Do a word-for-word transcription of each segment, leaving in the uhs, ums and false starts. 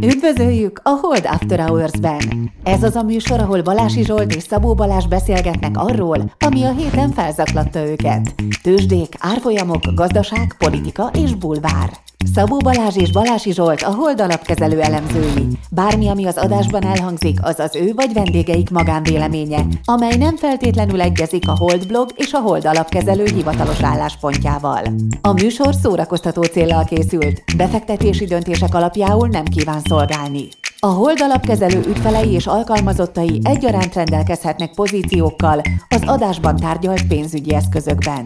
Üdvözöljük a Hold After Hours-ben! Ez az a műsor, ahol Balási Zsolt és Szabó Balázs beszélgetnek arról, ami a héten felzaklatta őket. Tőzsdék, árfolyamok, gazdaság, politika és bulvár. Szabó Balázs és Balási Zsolt a Hold alapkezelő elemzői. Bármi, ami az adásban elhangzik, az az ő vagy vendégeik magánvéleménye, amely nem feltétlenül egyezik a Hold blog és a Hold alapkezelő hivatalos álláspontjával. A műsor szórakoztató céllal készült, befektetési döntések alapjául nem kíván szolgálni. A Hold alapkezelő ügyfelei és alkalmazottai egyaránt rendelkezhetnek pozíciókkal az adásban tárgyalt pénzügyi eszközökben.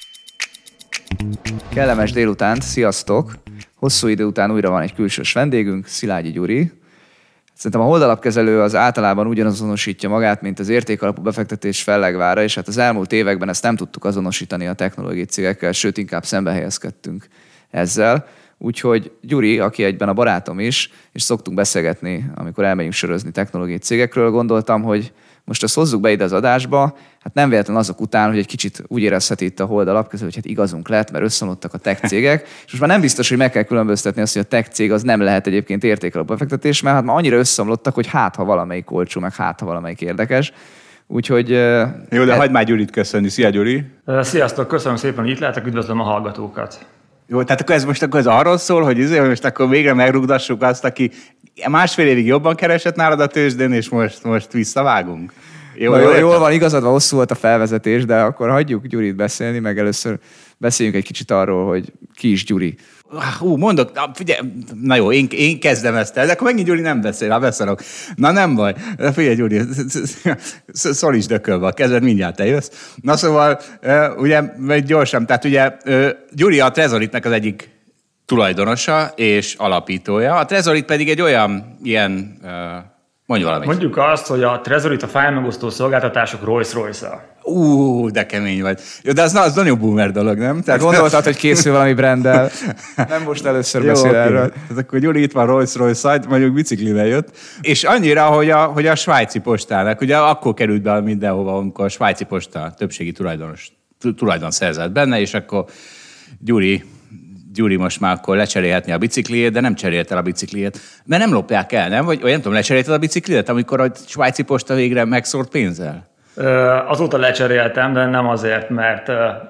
Kellemes délutánt, sziasztok! Hosszú idő után újra van egy külsős vendégünk, Szilágyi Gyuri. Szerintem a Hold alapkezelő az általában ugyanazonosítja magát, mint az értékalapú befektetés fellegvára, és hát az elmúlt években ezt nem tudtuk azonosítani a technológiai cégekkel, sőt inkább szembe helyezkedtünk ezzel. Úgyhogy Gyuri, aki egyben a barátom is, és szoktunk beszélgetni, amikor elmegyünk sörözni technológiai cégekről, gondoltam, hogy most ezt hozzuk be ide az adásba, hát nem véletlen azok után, hogy egy kicsit úgy érezheti itt a Hold alapkezelő, hogy hát igazunk lett, mert összeomlottak a tech cégek, és most már nem biztos, hogy meg kell különböztetni azt, hogy a tech cég az nem lehet egyébként értékalapú befektetés, mert hát már annyira összeomlottak, hogy hát ha valamelyik olcsó, meg hát ha valamelyik érdekes. Úgyhogy... Jó, de e... hagyd már Gyurit köszönni. Szia, Gyuri! Sziasztok, köszönöm szépen, hogy itt lehetek, üdvözlöm a hallgatókat! Jó, tehát akkor ez most akkor ez arról szól, hogy, izé, hogy most akkor végre megrugdassuk azt, aki másfél évig jobban keresett nálad a tőzsdén, és most, most visszavágunk. Jó, Na, jó, jól van, igazad van, hosszú volt a felvezetés, de akkor hagyjuk Gyurit beszélni, meg először beszéljünk egy kicsit arról, hogy ki is Gyuri. Hú, mondok, na, figyelj, na jó, én, én kezdem ezt el, de akkor megint Gyuri nem beszél, ha beszélok. Na nem baj, de figyelj Gyuri, szólítsd dökölve a kezed, mindjárt te jössz. Na szóval, ugye, gyorsan, tehát ugye Gyuri a Trezoritnek az egyik tulajdonosa és alapítója, a Trezorit pedig egy olyan ilyen... Mondj valamit. Mondjuk azt, hogy a Trezorit a fájlmegosztó szolgáltatások Rolls-Royce-a. Ú, de kemény vagy. Jó, de az, na, az nagyon boomer dolog, nem? Tehát gondoltad, hogy készül valami branddel. Nem most először Jó, beszél okay. erről. Tehát akkor Gyuri itt van Rolls-Royce, mondjuk biciklivel jött. És annyira, hogy a, hogy a svájci postának, ugye akkor került be mindenhova, amikor a svájci posta többségi tulajdonos, tulajdon szerzett benne, és akkor Gyuri... Gyuri most már akkor lecserélhetni a bicikliét, de nem cserélt el a bicikliét. Mert nem lopják el, nem? Vagy, vagy nem tudom, lecserélted a bicikliét, amikor a svájci posta végre megszórt pénzzel? Azóta lecseréltem, de nem azért, mert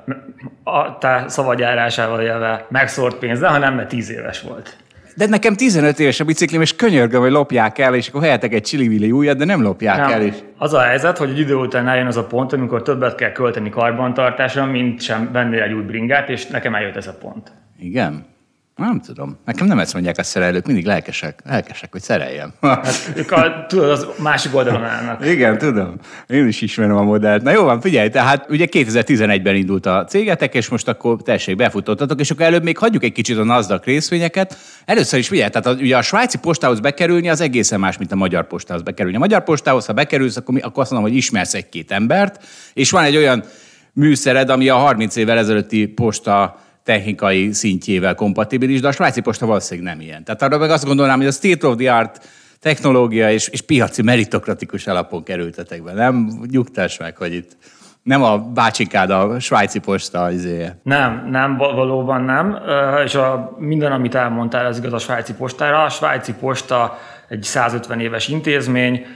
a te szavagyárásával élve megszórt pénzzel, hanem mert tíz éves volt. De nekem tizenöt éves a biciklim, és könyörgöm, hogy lopják el, és akkor helyetek egy csili-vili újat, de nem lopják nem. el is. Az a helyzet, hogy egy idő után eljön az a pont, amikor többet kell költeni karbantartásra, mint sem vennél egy új bringát, és nekem eljött ez a pont. Igen? Nem tudom. Nekem nem ezt mondják a szerelők, mindig lelkesek, lelkesek, hogy szereljem. Hát, ők a, tudod, az másik oldalon állnak. Igen, tudom. Én is ismerem a modellt. Na jó van, figyelj, tehát ugye kétezer-tizenegyben indult a cégetek, és most akkor tessék, befutottatok, és akkor előbb még hagyjuk egy kicsit a NASDAQ részvényeket. Először is figyelj, tehát ugye a svájci postához bekerülni az egészen más, mint a magyar postához bekerülni. A magyar postához, ha bekerülsz, akkor, akkor azt mondom, hogy ismersz egy-két embert, és van egy olyan műszered, ami a harminc évvel ezelőtti posta technikai szintjével kompatibilis, de a svájci posta valószínűleg nem ilyen. Tehát arra meg azt gondolnám, hogy a state of the art technológia és, és piaci meritokratikus alapon kerültetek be. Nem nyugtass meg, hogy itt nem a bácsikád a svájci posta izéje. Nem, nem, valóban nem. És a, minden, amit elmondtál, ez igaz a svájci postára. A svájci posta egy százötven éves intézmény.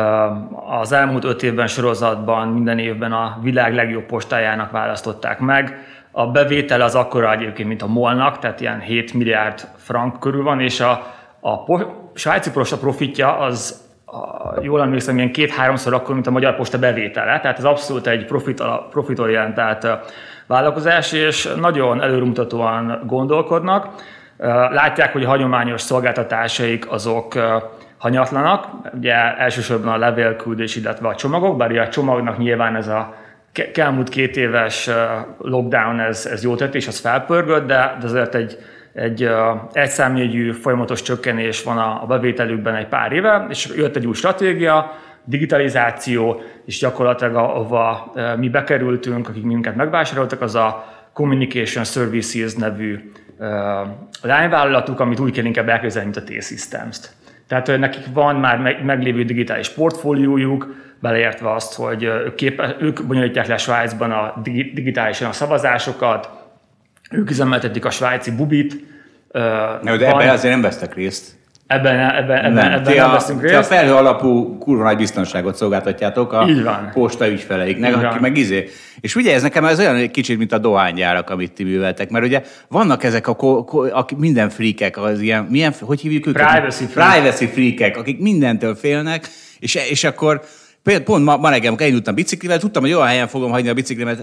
Az elmúlt öt évben sorozatban minden évben a világ legjobb postájának választották meg. A bevétel az akkora egyébként, mint a MOL-nak, tehát ilyen hét milliárd frank körül van, és a, a po, svájci posta profitja az, a, jól emlékszem, ilyen két-háromszor akkor, mint a magyar posta bevétele. Tehát ez abszolút egy profit, profitorientált vállalkozás, és nagyon előremutatóan gondolkodnak. Látják, hogy a hagyományos szolgáltatásaik azok hanyatlanak, ugye elsősorban a levélküldés, illetve a csomagok, bár a csomagnak nyilván ez a elmúlt két éves lockdown, ez, ez jó tett, és az felpörgött, de, de azért egy, egy egyszámjegyű folyamatos csökkenés van a, a bevételükben egy pár éve, és jött egy új stratégia, digitalizáció, és gyakorlatilag ahova mi bekerültünk, akik minket megvásároltak, az a Communication Services nevű lányvállalatuk, amit úgy kell inkább elképzelni, mint a T-Systems-t. Tehát nekik van már meglévő digitális portfóliójuk, beleértve azt, hogy ők, képe, ők bonyolítják le Svájcban a digitálisan a szavazásokat, ők üzemeltetik a svájci bubit. Na, de ebben azért nem vesztek részt. Ebben, ebben, ebben, nem, ebben nem veszünk részt. Te a felhő alapú kurva nagy biztonságot szolgáltatjátok a posta ügyfeleiknek, akik meg izé. És ugye ez nekem ez olyan egy kicsit, mint a dohánygyárak, amit ti műveltek, mert ugye vannak ezek a, ko, ko, a minden freakek, az ilyen, milyen, hogy hívjuk őket? Privacy freak. Privacy freakek, akik mindentől félnek, és, és akkor pont ma, ma reggel, amikor elindultam biciklivel, tudtam, hogy olyan helyen fogom hagyni a biciklimet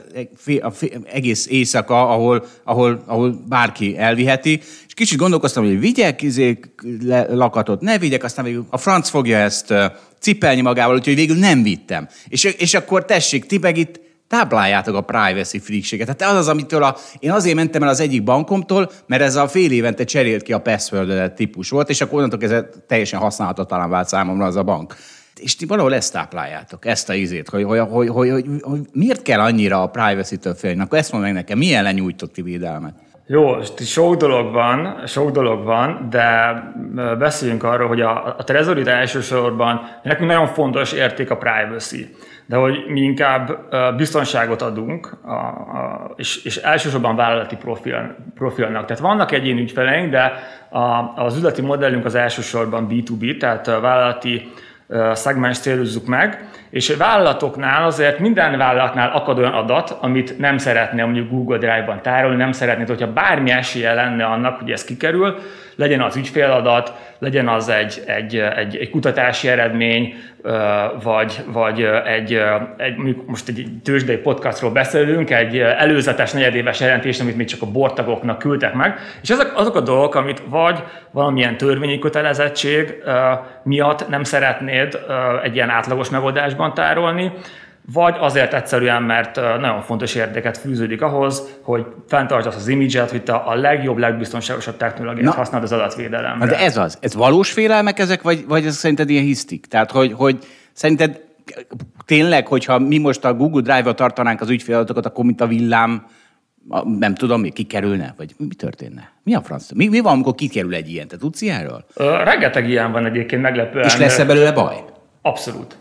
egész éjszaka, ahol, ahol, ahol bárki elviheti. És kicsit gondolkoztam, hogy vigyek izé, lakatot, ne vigyek, aztán végül a franc fogja ezt cipelni magával, úgyhogy végül nem vittem. És, és akkor tessék, ti meg itt tápláljátok a privacy freakséget. Tehát az az, amitől a, én azért mentem el az egyik bankomtól, mert ez a fél évente cserélt ki a passwordet típus volt, és akkor onnantól ez teljesen használhatatlan vált számomra az a bank. És ti valahol ezt tápláljátok, ezt a izét, hogy, hogy, hogy, hogy, hogy, hogy miért kell annyira a privacy-től félni? Akkor ezt mondd meg nekem, milyen lenyújtott ti védelmet? Jó, sok dolog van, sok dolog van, de beszéljünk arról, hogy a, a Treasury elsősorban nekünk nagyon fontos érték a privacy, de hogy mi inkább biztonságot adunk, a, a, és, és elsősorban vállalati profil, profilnak. Tehát vannak egyéni ügyfeleink, de a, az üzleti modellünk az elsősorban bé kettő bé, tehát a vállalati szegmens célozzuk meg, és vállalatoknál azért minden vállalatnál akad olyan adat, amit nem szeretne mondjuk Google Drive-ban tárolni, nem szeretné, hogyha bármi esélye lenne annak, hogy ez kikerül, legyen az ügyféladat, legyen az egy, egy, egy, egy kutatási eredmény, vagy, vagy egy, egy, most egy tőzsdei podcastról beszélünk, egy előzetes negyedéves jelentés, amit még csak a boardtagoknak küldtek meg, és ezek azok a dolgok, amit vagy valamilyen törvényi kötelezettség miatt nem szeretnéd egy ilyen átlagos megoldásban tárolni, vagy azért egyszerűen, mert nagyon fontos érdeket fűződik ahhoz, hogy fenntartsd az image-et, hogy te a legjobb, legbiztonságosabb technológiát használd az adatvédelemre. De ez az. Ez valós félelmek ezek, vagy, vagy ez szerinted ilyen hisztik? Tehát, hogy, hogy szerinted tényleg, hogyha mi most a Google Drive-ra tartanánk az ügyféladatokat, akkor mint a villám, nem tudom, mi kikerülne? Vagy mi történne? Mi a franc? Mi, mi van, amikor kikerül egy ilyen? Te tudsz ilyenről? Rengeteg ilyen van egyébként meglepően. És lesz-e belőle baj? Abszolút.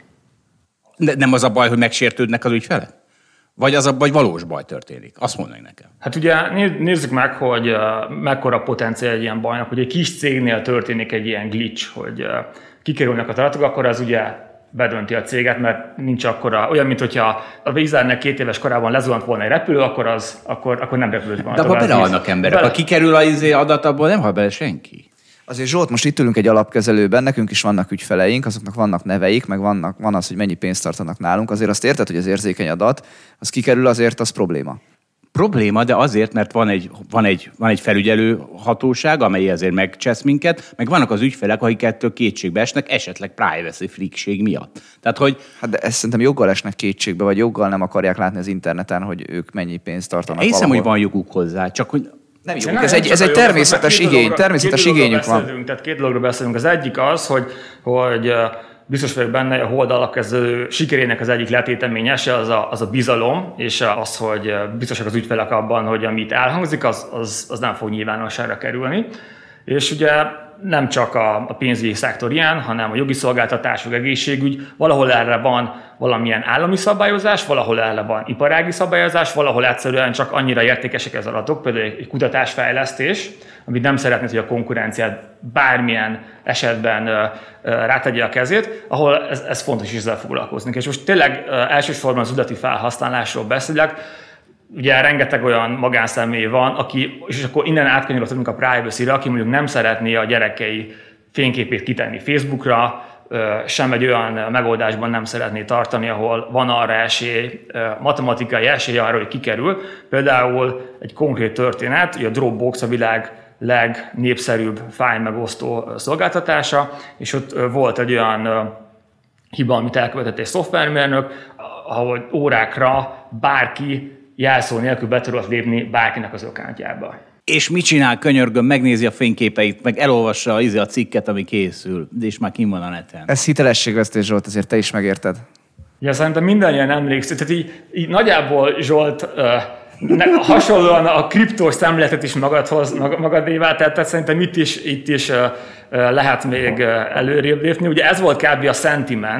De nem az a baj, hogy megsértődnek az ügyfelek? Vagy az a baj, valós baj történik? Azt mondd meg nekem. Hát ugye nézzük meg, hogy mekkora potenciál egy ilyen bajnak, hogy egy kis cégnél történik egy ilyen glitch, hogy kikerülnek az adatok, akkor az ugye bedönti a céget, mert nincs akkora, olyan, mint hogyha a Wizardnek két éves korában lezuhant volna egy repülő, akkor, az, akkor, akkor nem repülős volna. De abban belehalnak emberek. Bele... Ha kikerül az adat, abból nem hal bele senki. Azért Zsolt, most itt ülünk egy alapkezelőben, nekünk is vannak ügyfeleink, azoknak vannak neveik, meg vannak, van az, hogy mennyi pénzt tartanak nálunk. Azért azt érted, hogy az érzékeny adat, az kikerül, azért az probléma. Probléma, de azért, mert van egy, van egy, van egy felügyelő hatóság, amely ezért megcsesz minket, meg vannak az ügyfelek, akik ettől kétségbe esnek, esetleg privacy freakség miatt. Tehát, hogy... Hát de ezt szerintem joggal esnek kétségbe, vagy joggal nem akarják látni az interneten, hogy ők mennyi pénzt tartanak. Én hiszem, valahol. hogy van joguk hozzá, csak hogy... Nem jó, ez egy, ez egy természetes igény, természetes igényük van. Tehát két dologról beszélünk. Az egyik az, hogy, hogy biztos vagyok benne, hogy a Hold alapkezelő sikerének az egyik letéteményese az a, az a bizalom, és az, hogy biztosak az ügyfelek abban, hogy amit elhangzik, az, az, az nem fog nyilvánosságra kerülni. És ugye nem csak a pénzügyi szektor ilyen, hanem a jogi szolgáltatások, egészségügy, valahol erre van valamilyen állami szabályozás, valahol erre van iparági szabályozás, valahol egyszerűen csak annyira értékesek az adatok, például egy kutatásfejlesztés, amit nem szeretnéd, hogy a konkurenciát bármilyen esetben rátegye a kezét, ahol ez, ez fontos is ezzel foglalkozni. És most tényleg elsősorban az üzleti felhasználásról beszélek, ugye rengeteg olyan magánszemély van, aki, és akkor innen átkanyarodhatunk a privacy-re, aki mondjuk nem szeretné a gyerekei fényképét kitenni Facebookra, sem egy olyan megoldásban nem szeretné tartani, ahol van arra esély, matematikai esély arra, hogy kikerül. Például egy konkrét történet, hogy a Dropbox a világ legnépszerűbb fájlmegosztó szolgáltatása, és ott volt egy olyan hiba, amit elkövetett egy szoftvermérnök, ahol órákra bárki jelszó nélkül be tudott lépni bárkinek az accountjába. És mit csinál, könyörgöm, megnézi a fényképeit, meg elolvassa a, a cikket, ami készül, és már kim van a neten. Ez hitelességvesztés, Zsolt, azért te is megérted. Ja, szerintem mindannyian emlékszik. Tehát így, így nagyjából, Zsolt, uh, ne, hasonlóan a kriptós szemléletet is magadhoz, magadévá, tehát, tehát szerintem itt is, itt is uh, lehet még uh, előrébb lépni. Ugye ez volt kb. A sentiment,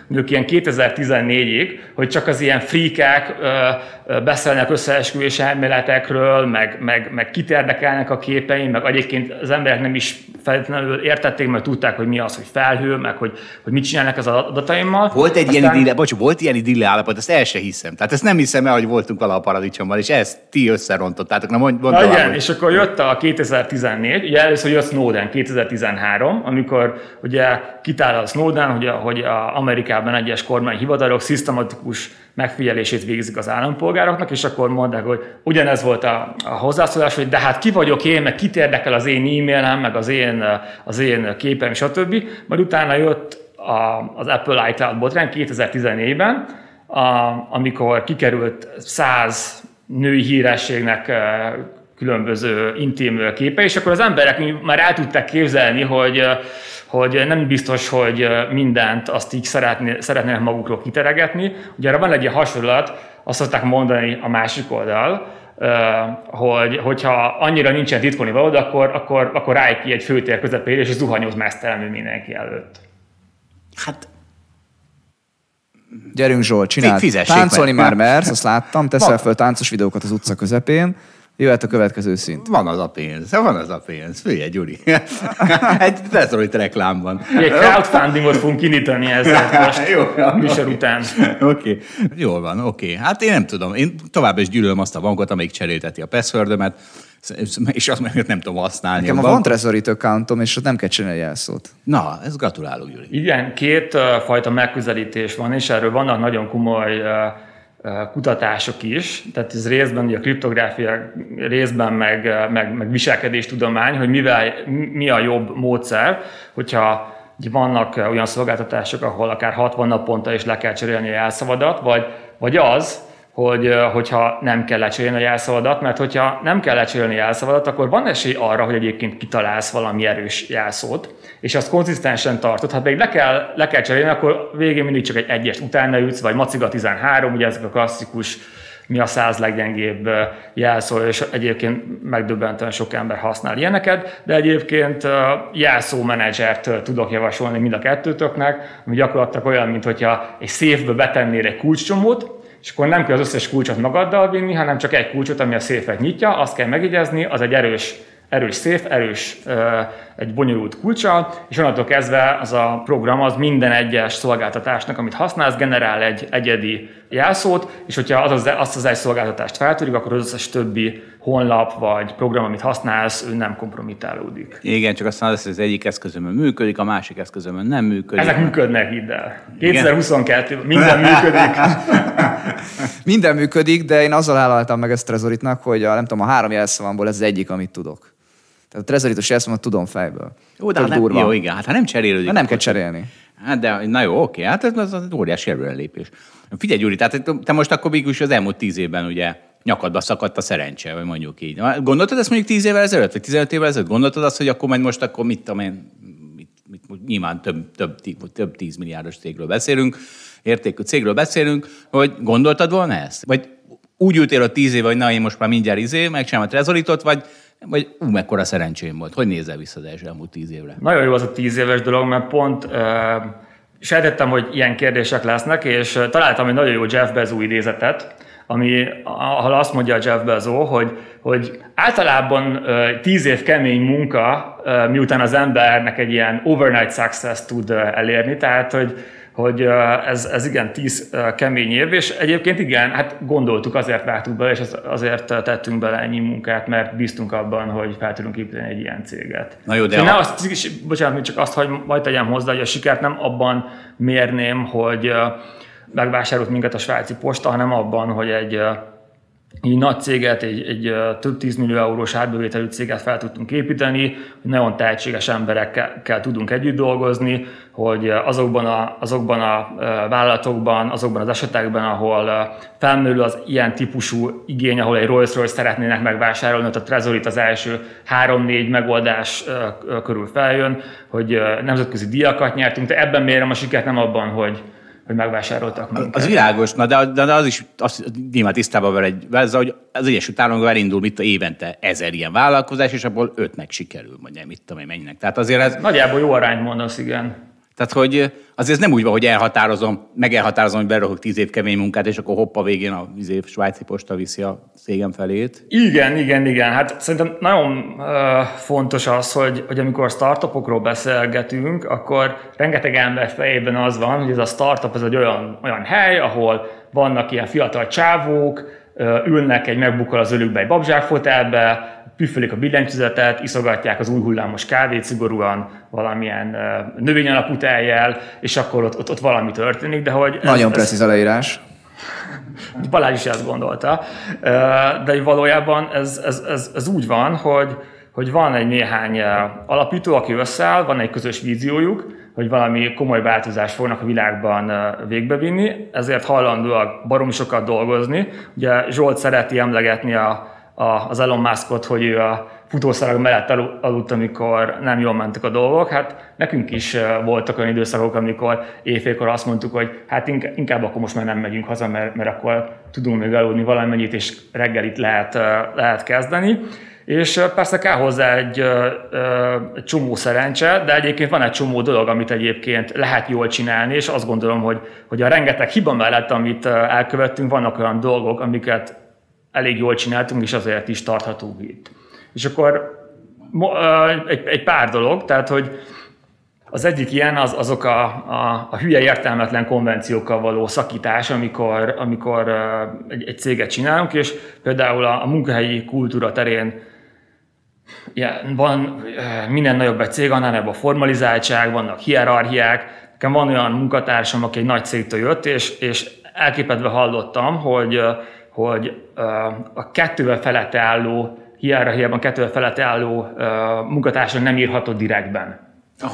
mondjuk ilyen kétezer-tizennégyig, hogy csak az ilyen freakek beszélnek összeesküvés elméletekről, meg, meg, meg kit érdekelnek a képeim, meg egyébként az emberek nem is feltétlenül értették, meg tudták, hogy mi az, hogy felhő, meg hogy, hogy mit csinálnak az adataimmal. Volt egy Aztán... ilyen idille, bocs, volt ilyen idille állapot, ezt el sem hiszem. Tehát ezt nem hiszem el, hogy voltunk vala a paradicsomban, és ezt ti összerontottátok. Na, mond, Na igen, és akkor jött a kétezer-tizennégy, ugye először jött Snowden kétezer-tizenhárom, amikor ugye kitál a Snowden, hogy, a, hogy a Amerikában egyes kormányhivatalok szisztematikus megfigyelését végzik az állampolgároknak, és akkor mondták, hogy ugyanez volt a, a hozzászólás, hogy de hát ki vagyok én, meg kit érdekel az én e-mailem, meg az én, az én képem, stb. Majd utána jött a, az Apple iCloud botrány kétezer-tizennégyben, a, amikor kikerült száz női hírességnek különböző intim képe, és akkor az emberek már el tudták képzelni, hogy, hogy nem biztos, hogy mindent azt így szeretné, szeretnének magukról kiteregetni. Ugye arra van egy ilyen hasonlat, azt szokták mondani a másik oldal, hogy hogyha annyira nincsen titkolni valód, akkor, akkor, akkor állj ki egy főtér közepére, és zuhanyoz mesztelenül mindenki előtt. Hát... Gyerünk Zsolt, csináld. Táncolni már mersz, azt láttam, teszel föl táncos videókat az utca közepén. Jöhet a következő szint. Van az a pénz, van az a pénz. Figyelj, Gyuri. Egy Trezorit reklámban. Egy crowdfundingot fogunk kinyitani ezzel most a műsor után. Oké, okay. Jól van, oké. Okay. Hát én nem tudom, én tovább is gyűlölöm azt a bankot, amelyik cserélteti a passwordömet, és azt meg nem tudom használni. Nekem a van Trezorit accountom, és ott nem kell csinálni jelszót. Na, ez gratulálok, Gyuri. Igen, két uh, fajta megközelítés van, és erről vannak nagyon komoly uh, kutatások is, tehát ez részben ugye a kriptográfia, részben meg, meg, meg viselkedéstudomány, hogy mivel, mi a jobb módszer, hogyha vannak olyan szolgáltatások, ahol akár hatvan naponta is le kell cserélni a jelszavadat, vagy, vagy az, hogy, hogyha nem kell lecserélni a jelszavadat, mert hogyha nem kell lecserélni a jelszavadat, akkor van esély arra, hogy egyébként kitalálsz valami erős jelszót, és azt konzisztensen tartod. Ha pedig le kell, le kell cserélni, akkor végén mindig csak egy egyest utána ütsz, vagy maciga tizenhárom, ugye ezek a klasszikus, mi a száz leggyengébb jelszó, és egyébként megdöbbentően sok ember használ ilyeneket, de egyébként jelszómenedzsert tudok javasolni mind a kettőtöknek, ami gyakorlatilag olyan, mint hogyha egy széfbe betennél egy kulcscsomót, és akkor nem kell az összes kulcsot magaddal vinni, hanem csak egy kulcsot, ami a széfet nyitja, azt kell megjegyezni, az egy erős, erős széf, erős, egy bonyolult kulccsal, és onnantól kezdve az a program az minden egyes szolgáltatásnak, amit használsz, generál egy egyedi jelszót, és hogyha az az, azt az egy szolgáltatást feltörik, akkor az összes többi honlap vagy program, amit használsz, ő nem kompromitálódik. Igen, csak aztán az, hogy az egyik eszközömön működik, a másik eszközömön nem működik. Ezek működnek, hidd el. kétezer-huszonkettő minden működik. Minden működik, de én azzal állaltam meg ezt Trezoritnak, hogy a, nem tudom, a három jelszavamból ez az egyik, amit tudok. Tehát a Trezoritos jelszavamat tudom fejből. Jó, de hát nem, jó, igen, hát ha nem cserélődik. Ha nem kell cserélni. Hát de, na jó, oké, hát ez az óriási előrelépés. Figyelj, Gyuri, tehát te most akkor végül az elmúlt tíz évben ugye nyakadba szakadt a szerencse, vagy mondjuk így. Gondoltad ezt mondjuk tíz évvel ezelőtt, vagy tizenöt évvel ezelőtt? Gondoltad azt, hogy akkor majd most akkor mit tudom én, mit, mit, nyilván több, több, több tíz milliárdos cégről beszélünk, értékű cégről beszélünk, hogy gondoltad volna ezt? Vagy úgy ültél ott tíz éve, hogy na, én most már mindjárt izé, megcsinálom a Trezoritot, vagy vagy ú, mekkora szerencsém volt. Hogy nézel vissza az első elmúlt tíz évre? Nagyon jó az a tíz éves dolog, mert pont uh, sejtettem, hogy ilyen kérdések lesznek, és uh, találtam egy nagyon jó Jeff Bezos idézetet, ami, ahol azt mondja a Jeff Bezos, hogy, hogy általában uh, tíz év kemény munka, uh, miután az embernek egy ilyen overnight success tud uh, elérni, tehát hogy hogy ez, ez igen tíz kemény év, és egyébként igen, hát gondoltuk, azért vágtuk bele, és azért tettünk bele ennyi munkát, mert bíztunk abban, hogy fel tudunk építeni egy ilyen céget. Na jó, de a... azt, bocsánat, csak azt, hogy majd tegyem hozzá, hogy a sikert nem abban mérném, hogy megvásárolt minket a svájci posta, hanem abban, hogy egy egy nagy céget, egy, egy több tízmillió eurós árbevételű céget fel tudtunk építeni, hogy nagyon tehetséges emberekkel tudunk együtt dolgozni, hogy azokban a, azokban a vállalatokban, azokban az esetekben, ahol felmerül az ilyen típusú igény, ahol egy Rolls-Royce szeretnének megvásárolni, ott a Trezorit az első három-négy megoldás körül feljön, hogy nemzetközi díjakat nyertünk, de ebben mérem a sikert, nem abban, hogy hogy megvásároltak minket. Az világos, na de, de az is az nyilván tisztában vele, hogy az Egyesült Államokban elindul mit a évente ezer ilyen vállalkozás, és abból ötnek sikerül, vagy nem, mit tudom én, mennyinek. Tehát azért ez... Nagyjából jó arányt mondasz, igen. Tehát, hogy azért nem úgy van, hogy elhatározom, meg elhatározom, hogy berakok tíz év kemény munkát, és akkor hoppa végén a svájci posta viszi a cégem felét. Igen, igen, igen. Hát szerintem nagyon uh, fontos az, hogy, hogy amikor startupokról beszélgetünk, akkor rengeteg ember fejében az van, hogy ez a startup ez egy olyan, olyan hely, ahol vannak ilyen fiatal csávók, uh, ülnek egy MacBookkal az ölükbe egy babzsákfotelbe, püffölik a billentyűzetet, iszogatják az új hullámos kávét szigorúan valamilyen uh, növényalapú tejjel, és akkor ott, ott, ott valami történik, de hogy... Ez, Nagyon ez, precíz a leírás. Balázs is ezt gondolta, uh, de valójában ez, ez, ez, ez úgy van, hogy, hogy van egy néhány alapító, aki összeáll, van egy közös víziójuk, hogy valami komoly változást fognak a világban végbevinni, ezért hajlandóak baromi sokat dolgozni. Ugye Zsolt szereti emlegetni a az Elon Muskot, hogy ő a futószalag mellett aludt, amikor nem jól mentek a dolgok. Hát nekünk is voltak olyan időszakok, amikor éjfélkor azt mondtuk, hogy hát inkább akkor most már nem megyünk haza, mert, mert akkor tudunk még aludni valamennyit, és reggelit lehet, lehet kezdeni. És persze kell hozzá egy, egy csomó szerencse, de egyébként van egy csomó dolog, amit egyébként lehet jól csinálni, és azt gondolom, hogy, hogy a rengeteg hiba mellett, amit elkövettünk, vannak olyan dolgok, amiket elég jól csináltunk, és azért is tarthatunk itt. És akkor egy, egy pár dolog, tehát, hogy az egyik ilyen az, azok a, a, a hülye értelmetlen konvenciókkal való szakítás, amikor, amikor egy, egy céget csinálunk, és például a, a munkahelyi kultúra terén ilyen, van minden nagyobb egy cég, annál nagyobb a formalizáltság, vannak hierarchiák. Nekem van olyan munkatársam, aki egy nagy cégtől jött, és, és elképedve hallottam, hogy hogy a kettővel felette álló, hierarchiában kettővel felette álló munkatársak nem írhatod direktben. Oh,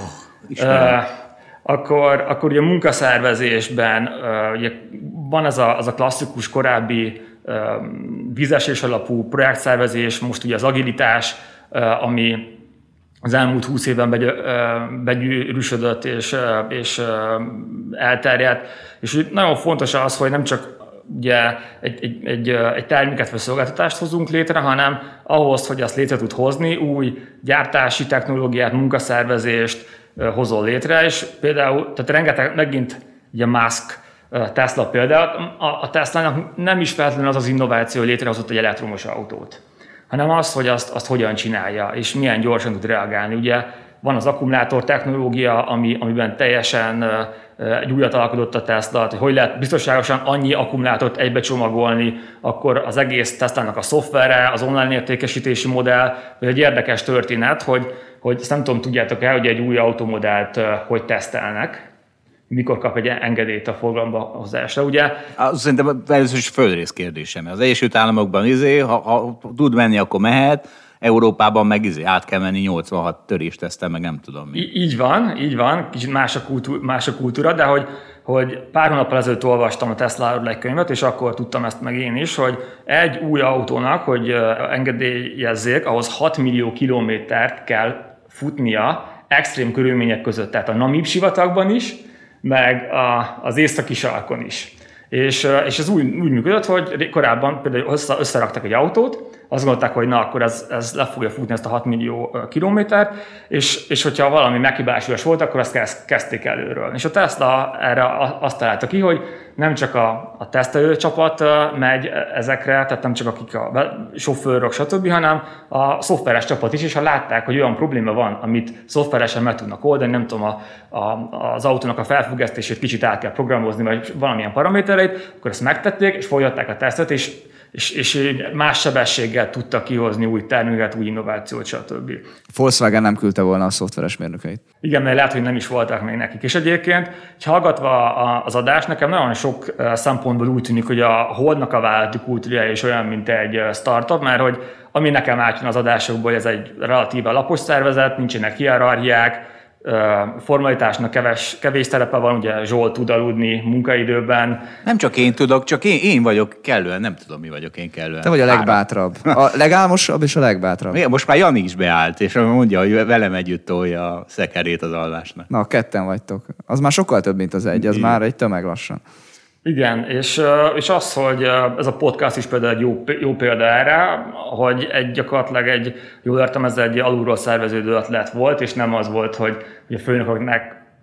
uh, akkor, akkor ugye a munkaszervezésben uh, ugye van az a, az a klasszikus korábbi uh, vízesés alapú projektszervezés, most ugye az agilitás, uh, ami az elmúlt húsz évben begy, uh, begyűrűsödött és, uh, és uh, elterjedt. És nagyon fontos az, hogy nem csak ugye egy, egy, egy, egy terméket vagy szolgáltatást hozunk létre, hanem ahhoz, hogy azt létre tud hozni, új gyártási technológiát, munkaszervezést hozol létre, és például, tehát rengeteg, megint ugye Musk, Tesla például, a, a Teslának nem is feltétlenül az az innováció, hogy létrehozott egy elektromos autót, hanem az, hogy azt, azt hogyan csinálja, és milyen gyorsan tud reagálni. Ugye van az akkumulátor technológia, ami, amiben teljesen egy újat alkotott a Tesla, hogy hogy lehet biztonságosan annyi akkumulátort egybe csomagolni, akkor az egész Teslának a szoftvere, az online értékesítési modell, vagy egy érdekes történet, hogy, hogy ezt nem tudom, tudjátok el, hogy egy új automodellt hogy tesztelnek, mikor kap egy engedélyt a forgalomba hozásra, ugye? Szerintem először is földrész kérdésem. Az Egyesült Államokban izé, ha, ha tud menni, akkor mehet, Európában meg izé, át kell menni nyolcvanhat töréstesztel, meg nem tudom mi. Így van, így van, kicsit más a, kultúra, más a kultúra, de hogy, hogy pár hónappal ezelőtt olvastam a Tesla-ról egy könyvet, és akkor tudtam ezt meg én is, hogy egy új autónak, hogy engedélyezzék, ahhoz hat millió kilométert kell futnia extrém körülmények között, tehát a Namib sivatagban is, meg a, az északi sarkon is. És, és ez úgy, úgy működött, hogy korábban például össze, összeraktak egy autót, azt gondolták, hogy na, akkor ez, ez le fogja futni ezt a hat millió kilométert, és, és hogyha valami meghibásulás volt, akkor ezt kezdték előről. És a Tesla erre azt találta ki, hogy nem csak a, a tesztelő csapat megy ezekre, tehát nem csak akik a sofőrök, stb., hanem a szoftveres csapat is, és ha látták, hogy olyan probléma van, amit szoftveresen meg tudnak oldani, nem tudom, a, a, az autónak a felfüggesztését kicsit át kell programozni, vagy valamilyen paramétereit, akkor ezt megtették, és folytatták a tesztet, és És, és más sebességgel tudta kihozni új terméket, új innovációt, stb. Volkswagen nem küldte volna a szoftveres mérnökeit. Igen, mert lehet, hogy nem is voltak még nekik. És egyébként, ha hallgatva az adást, nekem nagyon sok szempontból úgy tűnik, hogy a Holdnak a vállalati kultúrája is olyan, mint egy startup, mert hogy ami nekem átjön az adásokból, ez egy relatíve lapos szervezet, nincsenek hierarchiák, formalitásnak keves, kevés szerepe van, ugye Zsolt tud aludni munkaidőben. Nem csak én tudok, csak én, én vagyok kellően, nem tudom, mi vagyok én kellően. Te vagy a legbátrabb. A legálmosabb és a legbátrabb. Most már Jani is beállt, és mondja, hogy velem együtt tolja a szekerét az alvásnak. Na, ketten vagytok. Az már sokkal több, mint az egy, az Igen. már egy tömeg lassan. Igen, és, és az, hogy ez a podcast is például egy jó, jó példa erre, hogy egy gyakorlatilag egy, jól értem, ez egy alulról szerveződő ötlet volt, és nem az volt, hogy, hogy a főnököknek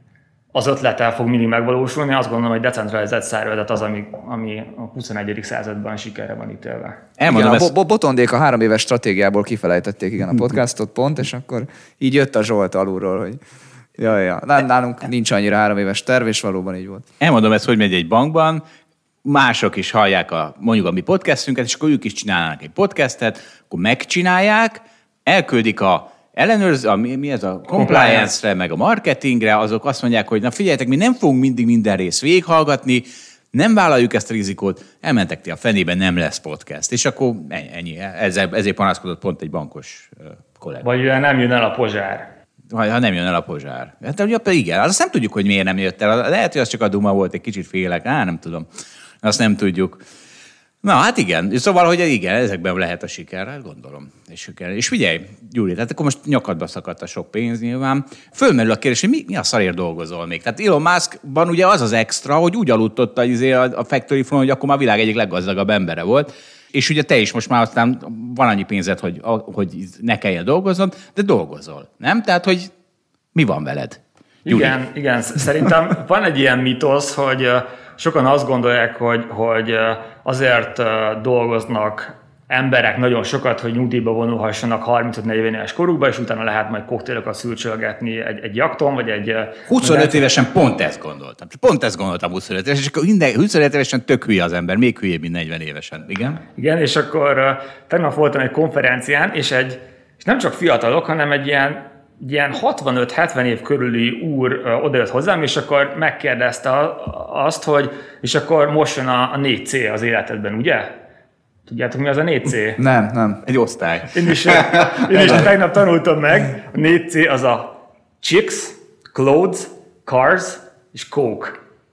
az ötlettel fog mindig megvalósulni. Azt gondolom, hogy decentralizált szervezet az, ami, ami a huszonegyedik században sikerre van ítélve. Igen, a ezt... Botondék a három éves stratégiából kifelejtették igen a podcastot pont, és akkor így jött a Zsolt alulról, hogy ja, ja. Nálunk nincs annyira három éves terv, és valóban így volt. Elmondom ezt, hogy megy egy bankban, mások is hallják a, mondjuk a mi podcastünket, és akkor ők is csinálnak egy podcastet, akkor megcsinálják, elküldik a ellenőrz, a, mi ez a compliance-re, meg a marketingre, azok azt mondják, hogy na figyeljetek, mi nem fogunk mindig minden részt végighallgatni, nem vállaljuk ezt a rizikót, elmentek ti a fenébe, nem lesz podcast. És akkor ennyi, ezzel, ezért panaszkodott pont egy bankos kollega. Vagy nem jön el a pozsár. Ha nem jön el a pozsár. Hát ugye, igen, azt nem tudjuk, hogy miért nem jött el. Lehet, hogy az csak a duma volt, egy kicsit félek. Á, nem tudom. Azt nem tudjuk. Na, hát igen. Szóval, hogy igen, ezekben lehet a siker, hát gondolom. És, és figyelj, Gyuri, tehát akkor most nyakadba szakadt a sok pénz nyilván. Fölmerül a kérdés, hogy mi, mi a szarért dolgozol még? Tehát Elon Muskban ugye az az extra, hogy úgy aludtott a, a Factory Front, hogy akkor már a világ egyik leggazdagabb embere volt. És ugye te is most már aztán van annyi pénzed, hogy, hogy ne kelljen dolgoznod, de dolgozol, nem? Tehát, hogy mi van veled? Gyuri? Igen, igen. Szerintem van egy ilyen mitosz, hogy sokan azt gondolják, hogy, hogy azért dolgoznak emberek nagyon sokat, hogy nyugdíjba vonulhassanak harmincöt-negyven éves korukba, és utána lehet majd koktélokat szürcsölgetni egy, egy jakton, vagy egy... huszonöt évesen pont ezt gondoltam. Pont ezt gondoltam huszonöt évesen, és akkor minden, huszonöt évesen tök hülye az ember, még hülyébb, mint negyven évesen. Igen? Igen, és akkor tegnap voltam egy konferencián, és, egy, és nem csak fiatalok, hanem egy ilyen, ilyen hatvanöt-hetven év körüli úr odajött hozzám, és akkor megkérdezte azt, hogy és akkor most jön a, a négy cé az életedben, ugye? Tudjátok, mi az a négy cé? Nem, nem. Egy osztály. Én is, én is tegnap tanultam meg. A négy cé az a chicks, clothes, cars és coke.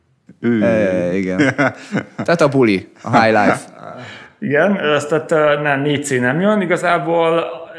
E, igen. Tehát a buli, a high life. Igen, ezt tehát nem, négy cé nem jön. Igazából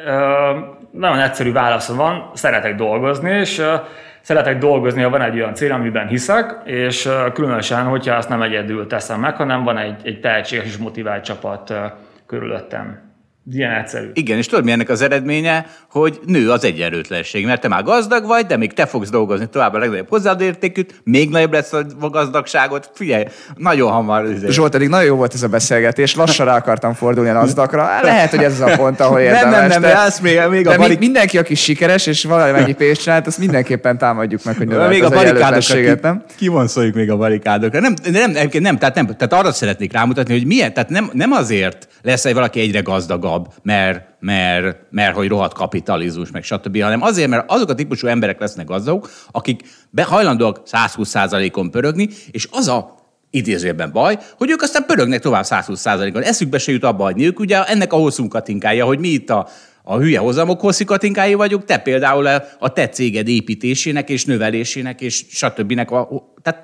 nagyon egyszerű válaszom van, szeretek dolgozni, és szeretek dolgozni, ha van egy olyan cél, amiben hiszek, és különösen, hogyha azt nem egyedül teszem meg, hanem van egy, egy tehetséges és motivált csapat körülöttem. Ilyen egyszerű. Igen, és tudod, mi ennek az eredménye, hogy nő az egyenlőtlenség, mert te már gazdag vagy, de még te fogsz dolgozni tovább a legnagyobb hozzáadértékűt, még nagyobb lesz a gazdagságot. Figyelj, nagyon hamar. Zsolt, eddig nagyon jó volt ez a beszélgetés, lassan rá akartam fordulni a nazdakra. Lehet, hogy ez az a pont, ahol érdemes. Nem, nem, nem, de, az még, még de a barik... mindenki, aki sikeres, és valamennyi pénzt csinált, azt mindenképpen támadjuk meg, hogy növelte az egyenlőtlenséget, nem? Kivonszoljuk még a barikádokra. Nem, nem, nem, nem, tehát, nem, tehát arra szeretnék rámutatni, hogy milyen, tehát nem, nem azért lesz, hogy valaki egyre gazdagabb, mert, mert, mert hogy rohadt kapitalizmus, meg stb., hanem azért, mert azok a típusú emberek lesznek gazdagok, akik hajlandóak száz húsz százalékon pörögni, és az a idézőjelben baj, hogy ők aztán pörögnek tovább száz húsz százalékon. Eszükbe se jut abba hagyni. Ők ugye ennek a hosszú katinkája, hogy mi itt a, a hülye hozamok hosszú katinkái vagyunk, te például a, a te céged építésének és növelésének és stb. A, tehát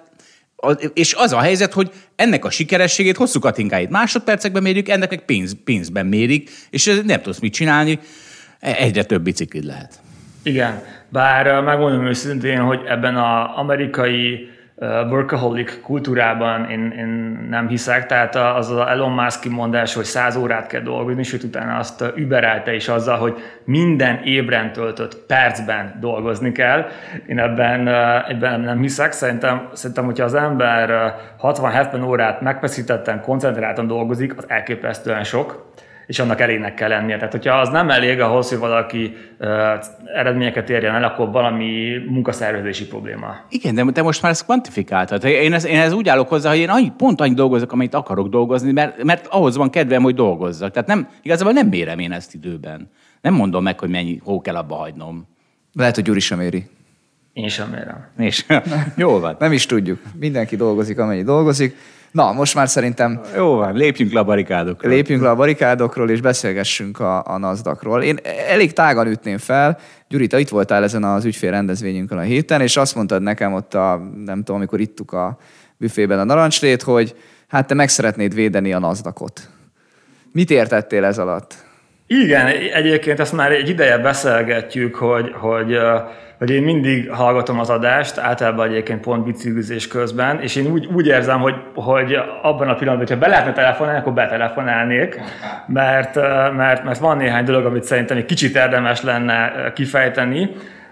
és az a helyzet, hogy ennek a sikerességét, hosszú katinkáit másodpercekben mérjük, ennek meg pénz, pénzben mérik, és nem tudsz mit csinálni, egyre több biciklid lehet. Igen, bár megmondom őszintén, hogy ebben az amerikai workaholic kultúrában én, én nem hiszek, tehát az az Elon Musk mondás, hogy száz órát kell dolgozni, és hogy utána azt überelte is azzal, hogy minden ébren töltött percben dolgozni kell. Én ebben, ebben nem hiszek. Szerintem, szerintem, hogyha az ember hatvan-hetven órát megfeszítetten, koncentráltan dolgozik, az elképesztően sok, és annak elégnek kell lennie. Tehát, hogyha az nem elég ahhoz, hogy valaki uh, eredményeket érjen el, akkor valami munkaszervezési probléma. Igen, de te most már ezt kvantifikáltad. Én ez, én ez úgy állok hozzá, hogy én annyi, pont annyit dolgozok, amit akarok dolgozni, mert, mert ahhoz van kedvem, hogy dolgozzak. Tehát nem, igazából nem mérem én ezt időben. Nem mondom meg, hogy mennyi hó kell abba hagynom. Lehet, hogy Gyuri sem éri. Én sem mérem. És jól van. Nem is tudjuk. Mindenki dolgozik, amennyi dolgozik. Na, most már szerintem... Jó van, lépjünk le a barikádokról. Lépjünk le a barikádokról, és beszélgessünk a, a NASDAQ-ról. Én elég tágan ütném fel. Gyuri, te itt voltál ezen az ügyfélrendezvényünkön a héten, és azt mondtad nekem ott a, nem tudom, amikor ittuk a büfében a narancslét, hogy hát te meg szeretnéd védeni a NASDAQ-ot. Mit értettél ez alatt? Igen, egyébként ezt már egy ideje beszélgetjük, hogy, hogy, hogy én mindig hallgatom az adást, általában egyébként pont biciklizés közben, és én úgy, úgy érzem, hogy, hogy abban a pillanatban, hogyha be lehetne telefonálni, akkor betelefonálnék, mert, mert, mert van néhány dolog, amit szerintem egy kicsit érdemes lenne kifejteni.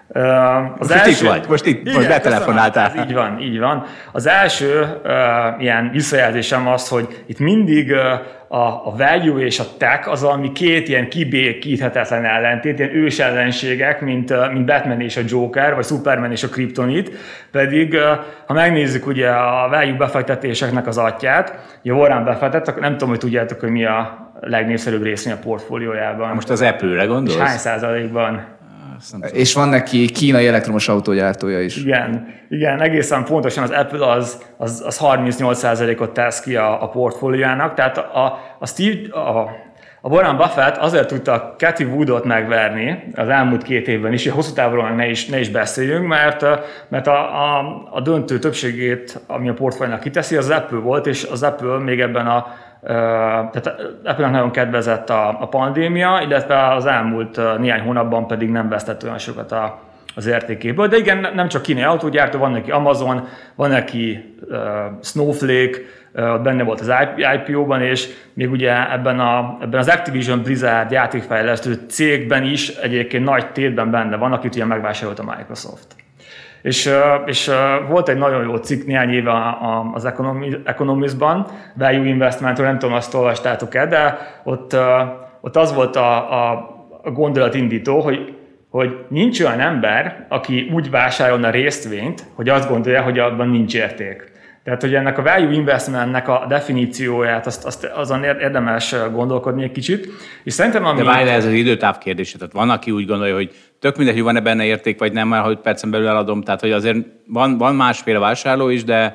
Az most első... itt vagy, most itt igen, most betelefonáltál. Így van, így van. Az első uh, ilyen visszajelzésem az, hogy itt mindig uh, a, a value és a tech az valami két ilyen kibékíthetetlen ellentét, ilyen ős ellenségek, mint, uh, mint Batman és a Joker, vagy Superman és a Kryptonit, pedig uh, ha megnézzük ugye a value befektetéseknek az atyát, ugye Warren Buffett, nem tudom, hogy tudjátok, hogy mi a legnépszerűbb részvény a portfóliójában. Most az Apple-re gondolsz? És hány százalékban? És van neki kínai elektromos autógyártója is. Igen, igen, egészen pontosan az Apple az, az, az harmincnyolc százalékot tesz ki a, a portfóliójának, tehát a, a Steve, a, a Warren Buffett azért tudta Cathie Woodot megverni az elmúlt két évben is, hogy hosszú távról ne is, ne is beszéljünk, mert, mert a, a, a döntő többségét, ami a portfóliónak kiteszi, az Apple volt, és az Apple még ebben a Uh, tehát Apple-nek nagyon kedvezett a, a pandémia, illetve az elmúlt uh, néhány hónapban pedig nem vesztett olyan sokat a, az értékéből. De igen, nem csak kínai autógyártó, van neki Amazon, van neki uh, Snowflake, uh, benne volt az I P O-ban, és még ugye ebben, a, ebben az Activision Blizzard játékfejlesztő cégben is egyébként nagy tétben benne van, akit ugye megvásárolt a Microsoft. És, és volt egy nagyon jó cikk néhány éve az Economist-ban, Value Investmentről, nem tudom, azt olvastátok-e, de ott, ott az volt a, a, a gondolatindító, hogy, hogy nincs olyan ember, aki úgy vásárolna részvényt, hogy azt gondolja, hogy abban nincs érték. Tehát, hogy ennek a value investmentnek a definícióját, azt, azt, azon érdemes gondolkodni egy kicsit. És szerintem, ami... De várj le, ez az időtáv kérdése. Tehát van, aki úgy gondolja, hogy tök mindegy, hogy van-e benne érték, vagy nem, mert hogy percen belül eladom. Tehát, hogy azért van, van másféle vásárló is, de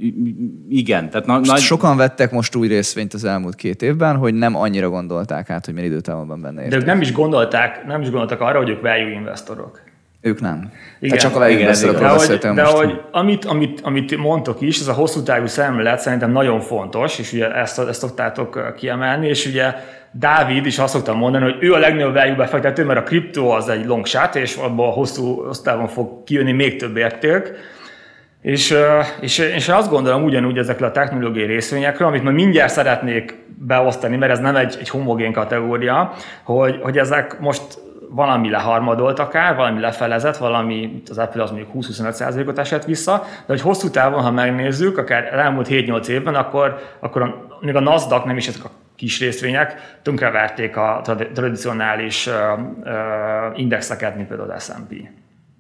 igen. Tehát na, nagy... Sokan vettek most új részvényt az elmúlt két évben, hogy nem annyira gondolták át, hogy milyen időtávon van benne érték. De ők nem is gondolták, nem is gondoltak arra, hogy ők value investorok. Ők nem. Igen, csak a value investorokról beszéltem de most. De hogy amit, amit, amit mondtok is, ez a hosszú távú szemlélet szerintem nagyon fontos, és ugye ezt, ezt szoktátok kiemelni, és ugye Dávid is azt szoktam mondani, hogy ő a legnagyobb value befektető, mert a kriptó az egy long shot, és abban a hosszú távon fog kijönni még több érték. És, és, és azt gondolom ugyanúgy ezekre a technológiai részvényekről, amit majd mindjárt szeretnék beosztani, mert ez nem egy, egy homogén kategória, hogy, hogy ezek most valami leharmadolt akár, valami lefelezett, valami, az Apple az mondjuk húsz-huszonöt százalékot esett vissza, de hogy hosszú távon, ha megnézzük, akár elmúlt hét-nyolc évben, akkor, akkor a, még a Nasdaq, nem is ezek a kis részvények, tönkreverték a tradicionális uh, uh, indexeket, mint például az es and pé.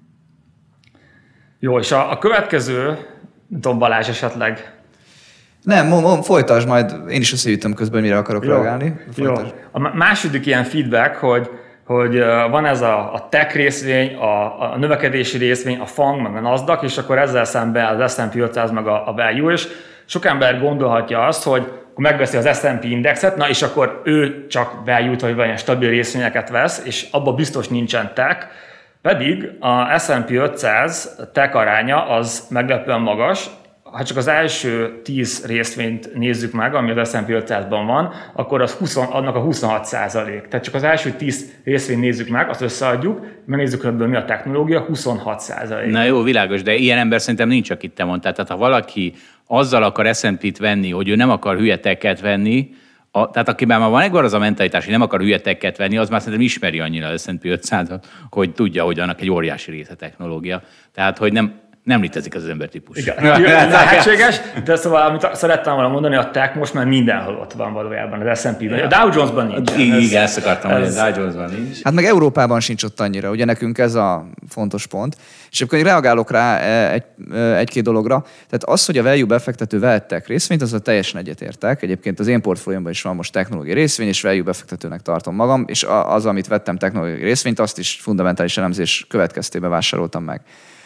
Jó, és a, a következő, nem tudom, Balázs esetleg... Nem, mond, mond, folytasd, majd én is összejutom közben, mire akarok jó, reagálni. Jó. A második ilyen feedback, hogy hogy van ez a, a tech részvény, a, a növekedési részvény, a fang, meg a Nasdaq, és akkor ezzel szemben az es and pé ötszáz, meg a, a value, és sok ember gondolhatja azt, hogy akkor megveszi az es and pé indexet, na és akkor ő csak value-t, vagy valamilyen stabil részvényeket vesz, és abban biztos nincsen tech, pedig a es and pé ötszáz tech aránya az meglepően magas. Ha csak az első tíz részvényt nézzük meg, ami az es and pé ötszázban van, akkor az húsz, annak a huszonhat százalék. Tehát csak az első tíz részvényt nézzük meg, azt összeadjuk, megnézzük, hogy mi a technológia, huszonhat százalék. Na jó, világos, de ilyen ember szerintem nincs, akit te mondtál. Tehát ha valaki azzal akar es and pét venni, hogy ő nem akar hülye tech-et venni, a, tehát akiben már van egyszer az a mentalitás, hogy nem akar hülye tech-et venni, az már szerintem ismeri annyira az es and pé ötszázat, hogy tudja, hogy annak egy óriási része technológia. Tehát, hogy nem... Nem létezik az, az embertípus. Igen, ez lehetséges, de szóval, amit szerettem volna mondani, a tech most már mindenhol ott van valójában, az es and pé-ben. A Dow Jones-ban nincs. Igen, ezt akartam mondani, a Dow Jones-ban nincs. Hát meg Európában sincs ott annyira, ugye nekünk ez a fontos pont. És akkor reagálok rá egy, egy-két dologra. Tehát az, hogy a value befektető vehettek részvényt, azzal teljesen egyetértek. Egyébként az én portfóliómban is van most technológiai részvény, és value befektetőnek tartom magam, és az, amit vettem technológiai részvényt, azt is fundamentális elemzés következtében vásároltam meg.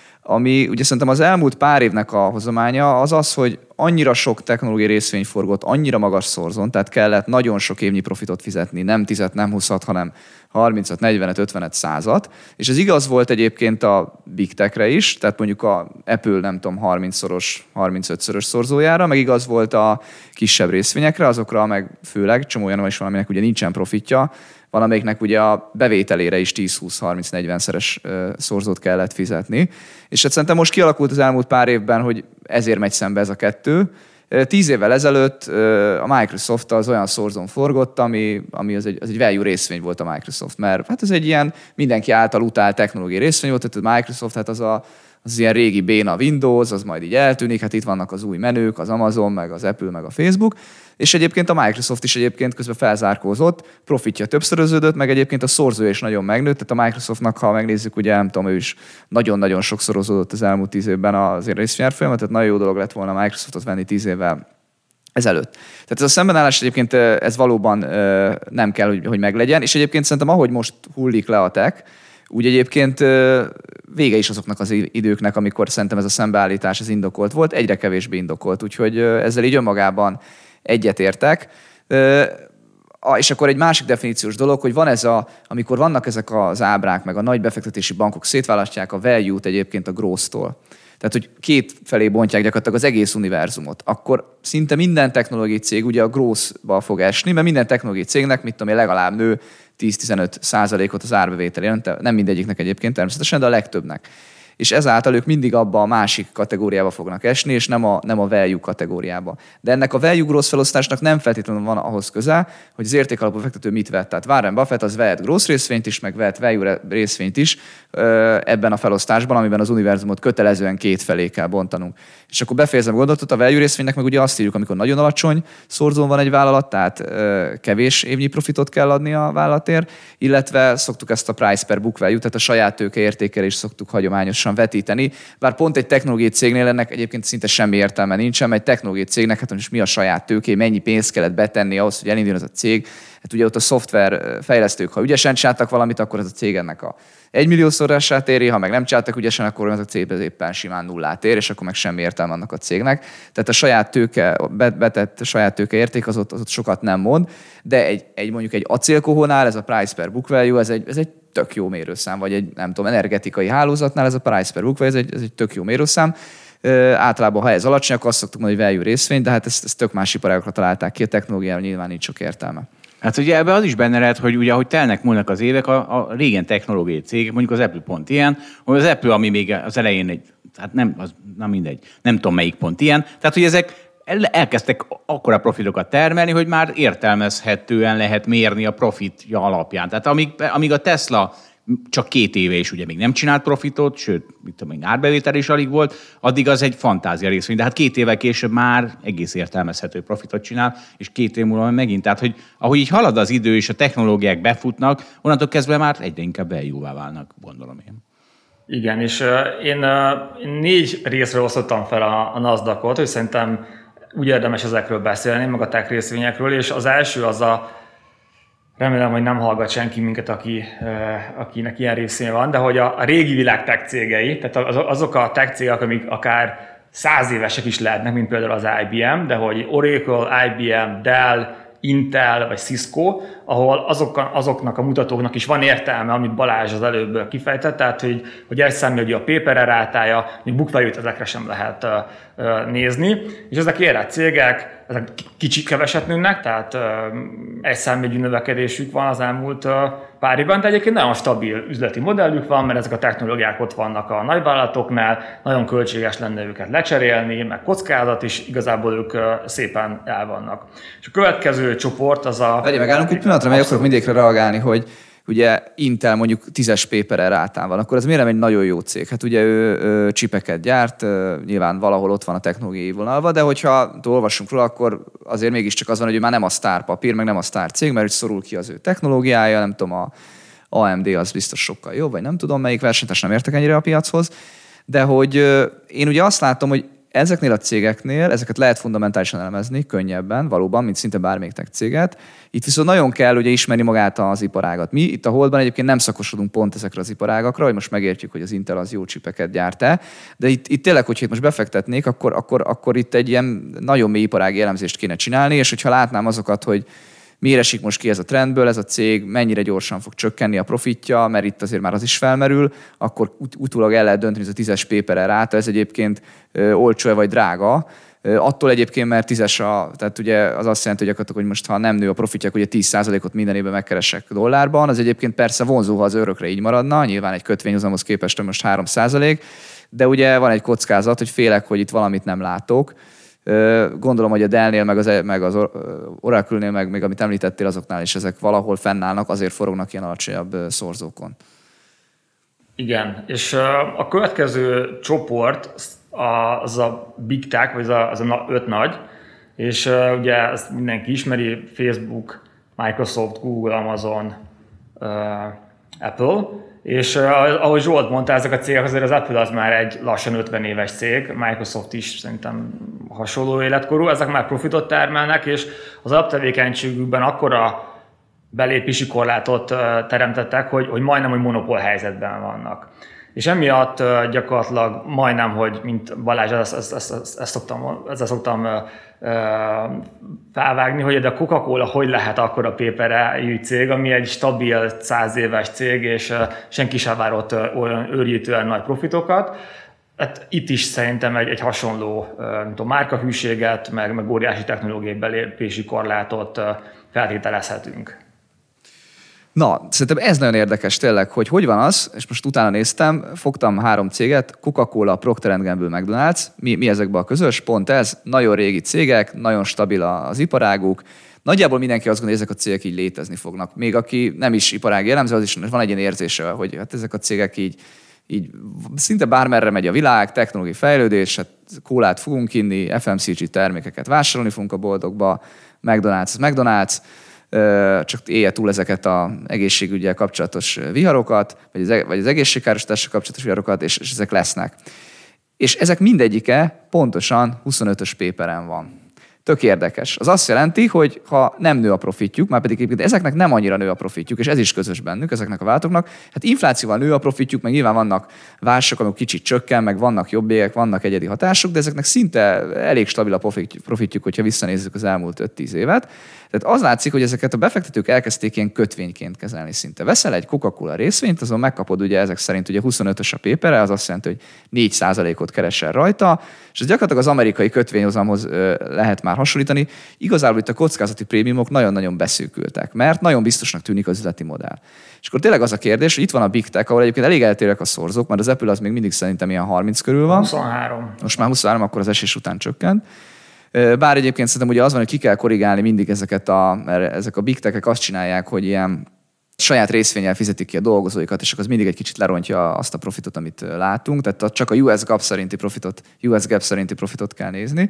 Ami ugye szerintem az elmúlt pár évnek a hozománya az az, hogy annyira sok technológiai részvény forgott, annyira magas szorzon, tehát kellett nagyon sok évnyi profitot fizetni, nem tízet, nem húszat, hanem harmincat, negyvenet, ötvenet, százat. És ez igaz volt egyébként a Big Techre is, tehát mondjuk a Apple nem tudom harmincszoros, harmincötszörös szorzójára, meg igaz volt a kisebb részvényekre, azokra meg főleg, csomó olyan is van, aminek ugye nincsen profitja, van, amelyiknek ugye a bevételére is tíz, húsz, harminc, negyvenszeres szorzót kellett fizetni. És hát szerintem most kialakult az elmúlt pár évben, hogy ezért megy szembe ez a kettő, Tíz évvel ezelőtt a Microsoft az olyan szorzón forgott, ami, ami az, egy, az egy value részvény volt a Microsoft, mert hát ez egy ilyen mindenki által utált technológiai részvény volt, tehát a Microsoft, hát az a az ilyen régi béna Windows, az majd így eltűnik, hát itt vannak az új menők, az Amazon, meg az Apple, meg a Facebook, és egyébként a Microsoft is egyébként közben felzárkózott, profitja többszöröződött, meg egyébként a szorzója is nagyon megnőtt, tehát a Microsoftnak, ha megnézzük, ugye nem tudom, ő is nagyon-nagyon sokszorozódott az elmúlt tíz évben az részvényárfolyama, tehát nagyon jó dolog lett volna a Microsoftot venni tíz évvel ezelőtt. Tehát ez a szembenállás egyébként ez valóban nem kell, hogy, hogy meglegyen, és egyébként szerintem ahogy most hullik le a tech, úgy egyébként vége is azoknak az időknek, amikor szerintem ez a szembeállítás ez indokolt volt, egyre kevésbé indokolt, úgyhogy ezzel így önmagában egyetértek. És akkor egy másik definíciós dolog, hogy van ez a, amikor vannak ezek az ábrák, meg a nagy befektetési bankok szétválasztják a value-t egyébként a growth-tól. Tehát, hogy két felé bontják gyakorlatilag az egész univerzumot, akkor szinte minden technológiai cég ugye a growth-ba fog esni, mert minden technológiai cégnek, mit tudom én, legalább nő tíz-tizenöt százalékot az árbevételén, nem mindegyiknek egyébként természetesen, de a legtöbbnek. És ezáltal ők mindig abba a másik kategóriába fognak esni, és nem a, nem a value kategóriába. De ennek a value growth felosztásnak nem feltétlenül van ahhoz köze, hogy az értékalapú befektető mit vett. Tehát Warren Buffett az vehet growth részvényt is, meg vehet value részvényt is ebben a felosztásban, amiben az univerzumot kötelezően két felé kell bontanunk. És akkor befejezem a gondolatot, a value részvénynek meg ugye azt írjuk, amikor nagyon alacsony szorzón van egy vállalat, tehát kevés évnyi profitot kell adni a vállalatért, illetve szoktuk ezt a price per book value, tehát a saját tőke értékelést szoktuk hagyományosan vetíteni, bár pont egy technológiai cégnél ennek egyébként szinte semmi értelme nincsen, mert egy technológiai cégnek hát most mi a saját tőké, mennyi pénzt kellett betenni ahhoz, hogy elinduljon az a cég. Hát ugye ott a szoftver fejlesztők, ha ügyesen csináltak valamit, akkor ez a cég ennek a egymilliószorosát éri, ha meg nem csináltak ügyesen, akkor az a cég éppen simán nullát ér, és akkor meg semmi értelme annak a cégnek. Tehát a saját tőke, betett saját tőke érték az ott, az ott sokat nem mond, de egy, egy mondjuk egy acélkohónál ez a price per book value, ez egy, ez egy tök jó mérőszám, vagy egy nem tudom, energetikai hálózatnál ez a price per book value, ez egy, ez egy tök jó mérőszám. Ö, általában, ha ez alacsony, akkor azt szoktuk mondani, hogy value részvény, de hát ezt, ezt tök más iparágokra találták ki, a technológiával nyilván nincs sok értelme. Hát ugye ebben az is benne lehet, hogy ugye, ahogy telnek múlnak az évek, a, a régen technológiai cégek, mondjuk az Apple pont ilyen, hogy az Apple, ami még az elején egy, hát nem, az, nem mindegy, nem tudom melyik pont ilyen, tehát hogy ezek elkezdtek akkora profitokat termelni, hogy már értelmezhetően lehet mérni a profitja alapján. Tehát amíg, amíg a Tesla csak két éve is ugye még nem csinált profitot, sőt, mit tudom, még árbevétel is alig volt, addig az egy fantázia részvény. De hát két évvel később már egész értelmezhető profitot csinál, és két év múlva megint. Tehát, hogy ahogy így halad az idő, és a technológiák befutnak, onnantól kezdve már egyre inkább value-vá válnak, gondolom én. Igen, és uh, én, uh, én négy részre osztottam fel a, a NASDAQ-ot, hogy szerintem úgy érdemes ezekről beszélni, meg a tech részvényekről, és az első az a, remélem, hogy nem hallgat senki minket, aki, akinek ilyen részvény van, de hogy a, a régi világ tech cégei, tehát az, azok a tech cégek, amik akár száz évesek is lehetnek, mint például az I B M, de hogy Oracle, I B M, Dell, Intel vagy Cisco, ahol azok, azoknak a mutatóknak is van értelme, amit Balázs az előbb kifejtett, tehát hogy, hogy egy számjegyű a paper rátája, még book value-t ezekre sem lehet uh, uh, nézni, és ezek érett cégek, ezek kicsit keveset nőnek, tehát uh, egy számjegyű növekedésük van az elmúlt uh, pár évben, de egyébként nagyon stabil üzleti modellük van, mert ezek a technológiák ott vannak a nagyvállalatoknál, nagyon költséges lenne őket lecserélni, meg kockázat, is igazából ők uh, szépen el vannak. És a következő csoport az a... Vegyé, megállunk egy pillanatra, mert akarok mindegyikre reagálni, hogy ugye Intel mondjuk tízes paper rátán van, akkor ez miért nem egy nagyon jó cég? Hát ugye ő, ő csipeket gyárt, nyilván valahol ott van a technológiai vonalban, de hogyha olvassunk róla, akkor azért mégiscsak az van, hogy ő már nem a sztár papír, meg nem a sztár cég, mert hogy szorul ki az ő technológiája, nem tudom, a á em dé az biztos sokkal jobb, vagy nem tudom melyik versenytárs, nem értek ennyire a piachoz, de hogy én ugye azt látom, hogy ezeknél a cégeknél ezeket lehet fundamentálisan elemezni, könnyebben, valóban, mint szinte bármelyik tech céget. Itt viszont nagyon kell ugye ismerni magát az iparágat. Mi itt a Holdban egyébként nem szakosodunk pont ezekre az iparágakra, hogy most megértjük, hogy az Intel az jó csipeket gyárt-e, de itt, itt tényleg, hogyha itt most befektetnék, akkor, akkor, akkor itt egy ilyen nagyon mély iparági elemzést kéne csinálni, és hogyha látnám azokat, hogy miért esik most ki ez a trendből, ez a cég mennyire gyorsan fog csökkenni a profitja, mert itt azért már az is felmerül, akkor ut- utólag el lehet dönteni, hogy ez a tízes paper ráta, ez egyébként ö, olcsó-e vagy drága. Ö, attól egyébként, mert tízes a, tehát ugye az azt jelenti, hogy, hogy most ha nem nő a profitja, akkor ugye tíz százalékot minden évben megkeresek dollárban, az egyébként persze vonzó, ha az örökre így maradna, nyilván egy kötvényhozamhoz képest most három százalék, de ugye van egy kockázat, hogy félek, hogy itt valamit nem látok, Gondolom, hogy a Dell-nél, meg az, meg az Oracle-nél, meg még amit említettél, azoknál is ezek valahol fennállnak, azért forognak ilyen alacsonyabb szorzókon. Igen, és a következő csoport az a Big Tech, vagy az a, az a öt nagy, és ugye ezt mindenki ismeri, Facebook, Microsoft, Google, Amazon, Apple, és ahogy Zsolt mondta, ezek a cégek, azért az Apple az már egy lassan ötven éves cég, Microsoft is szerintem hasonló életkorú, ezek már profitot termelnek, és az alaptevékenységükben akkora belépési korlátot teremtettek, hogy, hogy majdnem, hogy monopól helyzetben vannak. És emiatt gyakorlatilag majdnem, hogy mint Balázs, ezt, ezt, ezt, ezt, ezt szoktam, ezzel szoktam felvágni, hogy a Coca-Cola hogy lehet akkora péperejű cég, ami egy stabil száz éves cég, és senki sem várott olyan őrjítően nagy profitokat. Hát itt is szerintem egy, egy hasonló mint a márkahűséget, meg, meg óriási technológiai belépési korlátot feltételezhetünk. Na, szerintem ez nagyon érdekes tényleg, hogy hogy van az, és most utána néztem, fogtam három céget, Coca-Cola, Procter and Gamble, McDonald's, mi, mi ezekben a közös, pont ez, nagyon régi cégek, nagyon stabil az iparáguk, nagyjából mindenki azt gondolja, hogy ezek a cégek így létezni fognak. Még aki nem is iparági elemző, az is van egy ilyen érzése, hogy hát ezek a cégek így, így szinte bármerre megy a világ, technológiai fejlődés, hát kólát fogunk inni, ef em cé gé termékeket vásárolni fogunk a boltokba, McDonald's, McDonald's, csak élje túl ezeket az egészségügyel kapcsolatos viharokat, vagy az, vagy az egészségkárosítással kapcsolatos viharokat, és, és ezek lesznek. És ezek mindegyike pontosan huszonötös péperen van. Tök érdekes. Az azt jelenti, hogy ha nem nő a profitjuk, már pedig ezeknek nem annyira nő a profitjuk, és ez is közös bennük, ezeknek a vállalatoknak, hát inflációval nő a profitjuk, meg nyilván vannak válságok, amik kicsit csökken, meg vannak jobbégek, vannak egyedi hatások, de ezeknek szinte elég stabil a profitjuk, hogyha visszanézzük az elmúlt öt-tíz évet. Tehát az látszik, hogy ezeket a befektetők elkezdték ilyen kötvényként kezelni szinte. Veszel egy Coca-Cola részvényt, azon megkapod ugye ezek szerint ugye huszonötös a pépere, az azt jelenti, hogy négy százalékot keresel rajta, és ez gyakorlatilag az amerikai kötvényhozamhoz lehet már hasonlítani. Igazából itt a kockázati prémiumok nagyon-nagyon beszűkültek, mert nagyon biztosnak tűnik az üzleti modell. És akkor tényleg az a kérdés, hogy itt van a Big Tech, ahol egyébként elég eltérőek a szorzók, mert az Apple az még mindig szerintem ilyen harminc körül van. huszonhárom. Most már huszonhárom, akkor az esés után csökkent. Bár egyébként szerintem ugye az van, hogy ki kell korrigálni mindig ezeket a, mert ezek a Big Tech-ek azt csinálják, hogy ilyen saját részvénnyel fizetik ki a dolgozóikat, és akkor az mindig egy kicsit lerontja azt a profitot, amit látunk. Tehát csak a U S gap szerinti profitot, U S gap szerinti profitot kell nézni,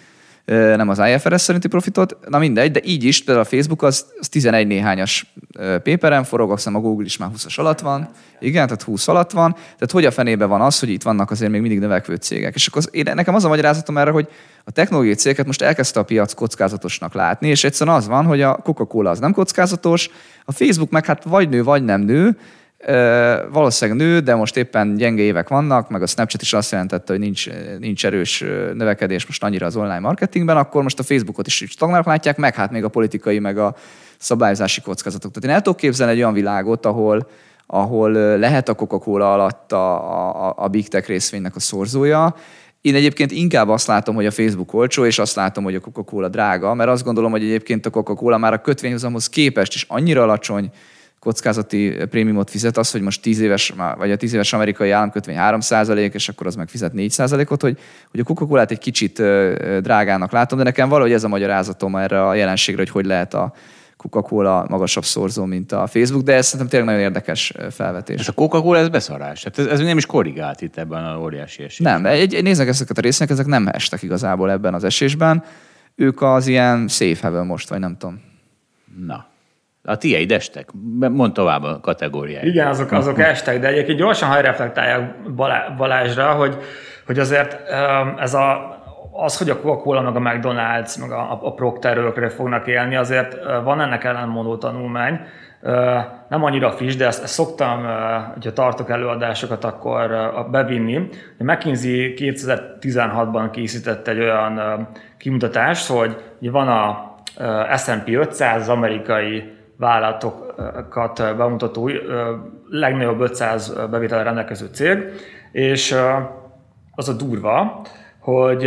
nem az I F R S szerinti profitot. Na mindegy, de így is, például a Facebook az, az tizenegy néhányas péperen forog, azt hiszem a Google is már húszas alatt van. Igen, tehát húsz alatt van. Tehát hogy a fenébe van az, hogy itt vannak azért még mindig növekvő cégek. És akkor az, én, nekem az a magyarázatom erre, hogy a technológiai cégeket most elkezdte a piac kockázatosnak látni, és egyszerűen az van, hogy a Coca-Cola az nem kockázatos, a Facebook meg hát vagy nő, vagy nem nő, Uh, valószínűleg nő, de most éppen gyenge évek vannak, meg a Snapchat is azt jelentette, hogy nincs, nincs erős növekedés most annyira az online marketingben, akkor most a Facebookot is stagnálnak látják, meg hát még a politikai, meg a szabályozási kockázatok. Tehát én el tudok képzelni egy olyan világot, ahol, ahol lehet a Coca-Cola alatt a, a, a Big Tech részvénynek a szorzója. Én egyébként inkább azt látom, hogy a Facebook olcsó, és azt látom, hogy a Coca-Cola drága, mert azt gondolom, hogy egyébként a Coca-Cola már a kötvényhozamhoz képest is annyira alacsony kockázati prémiumot fizet, az, hogy most tíz éves, vagy a tíz éves amerikai államkötvény három százalék, és akkor az meg fizet négy százalékot, hogy, hogy a Coca-Colát egy kicsit drágának látom, de nekem valahogy ez a magyarázatom erre a jelenségre, hogy hogy lehet a Coca-Cola magasabb szorzó, mint a Facebook, de ez szerintem tényleg nagyon érdekes felvetés. És a Coca-Cola ez beszarás. Hát ez, ez nem is korrigált itt ebben a óriási esésben. Nem, egy, nézzek ezeket a résznek, ezek nem estek igazából ebben az esésben. Ők az ilyen safe haven most, vagy nem tudom. Na. A tiéd estek? Mondd tovább a kategóriáit. Igen, azok, azok estek, de egyébként gyorsan hadd reflektálják Balázsra, hogy, hogy azért ez a, az, hogy a Coca-Cola, meg a McDonald's, meg a, a Procter örökre fognak élni, azért van ennek ellenmondó tanulmány. Nem annyira friss, de ezt, ezt szoktam, hogyha tartok előadásokat, akkor bevinni. A McKinsey kétezer-tizenhatban készített egy olyan kimutatást, hogy van a es and pé ötszáz, az amerikai vállalatokat bemutató legnagyobb ötszáz bevétellel rendelkező cég, és az a durva, hogy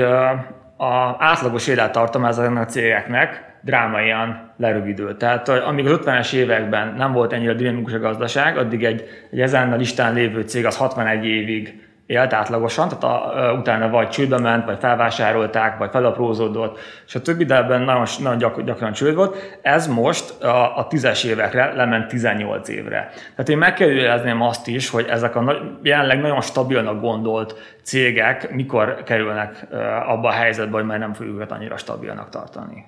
az átlagos élettartam ezeknek a cégeknek drámaian lerövidült. Tehát amíg az ötvenes években nem volt ennyire dinamikus a gazdaság, addig egy, egy ezen a listán lévő cég az hatvanegy évig élt átlagosan, tehát a, utána vagy csődbe ment, vagy felvásárolták, vagy felaprózódott, és a többi, de ebben nagyon, nagyon gyak, gyakran csőd volt. Ez most a, a tízes évekre lement tizennyolc évre. Tehát én megkérdőjelezném azt is, hogy ezek a jelenleg nagyon stabilnak gondolt cégek mikor kerülnek abba a helyzetbe, hogy már nem fogjuk őket annyira stabilnak tartani.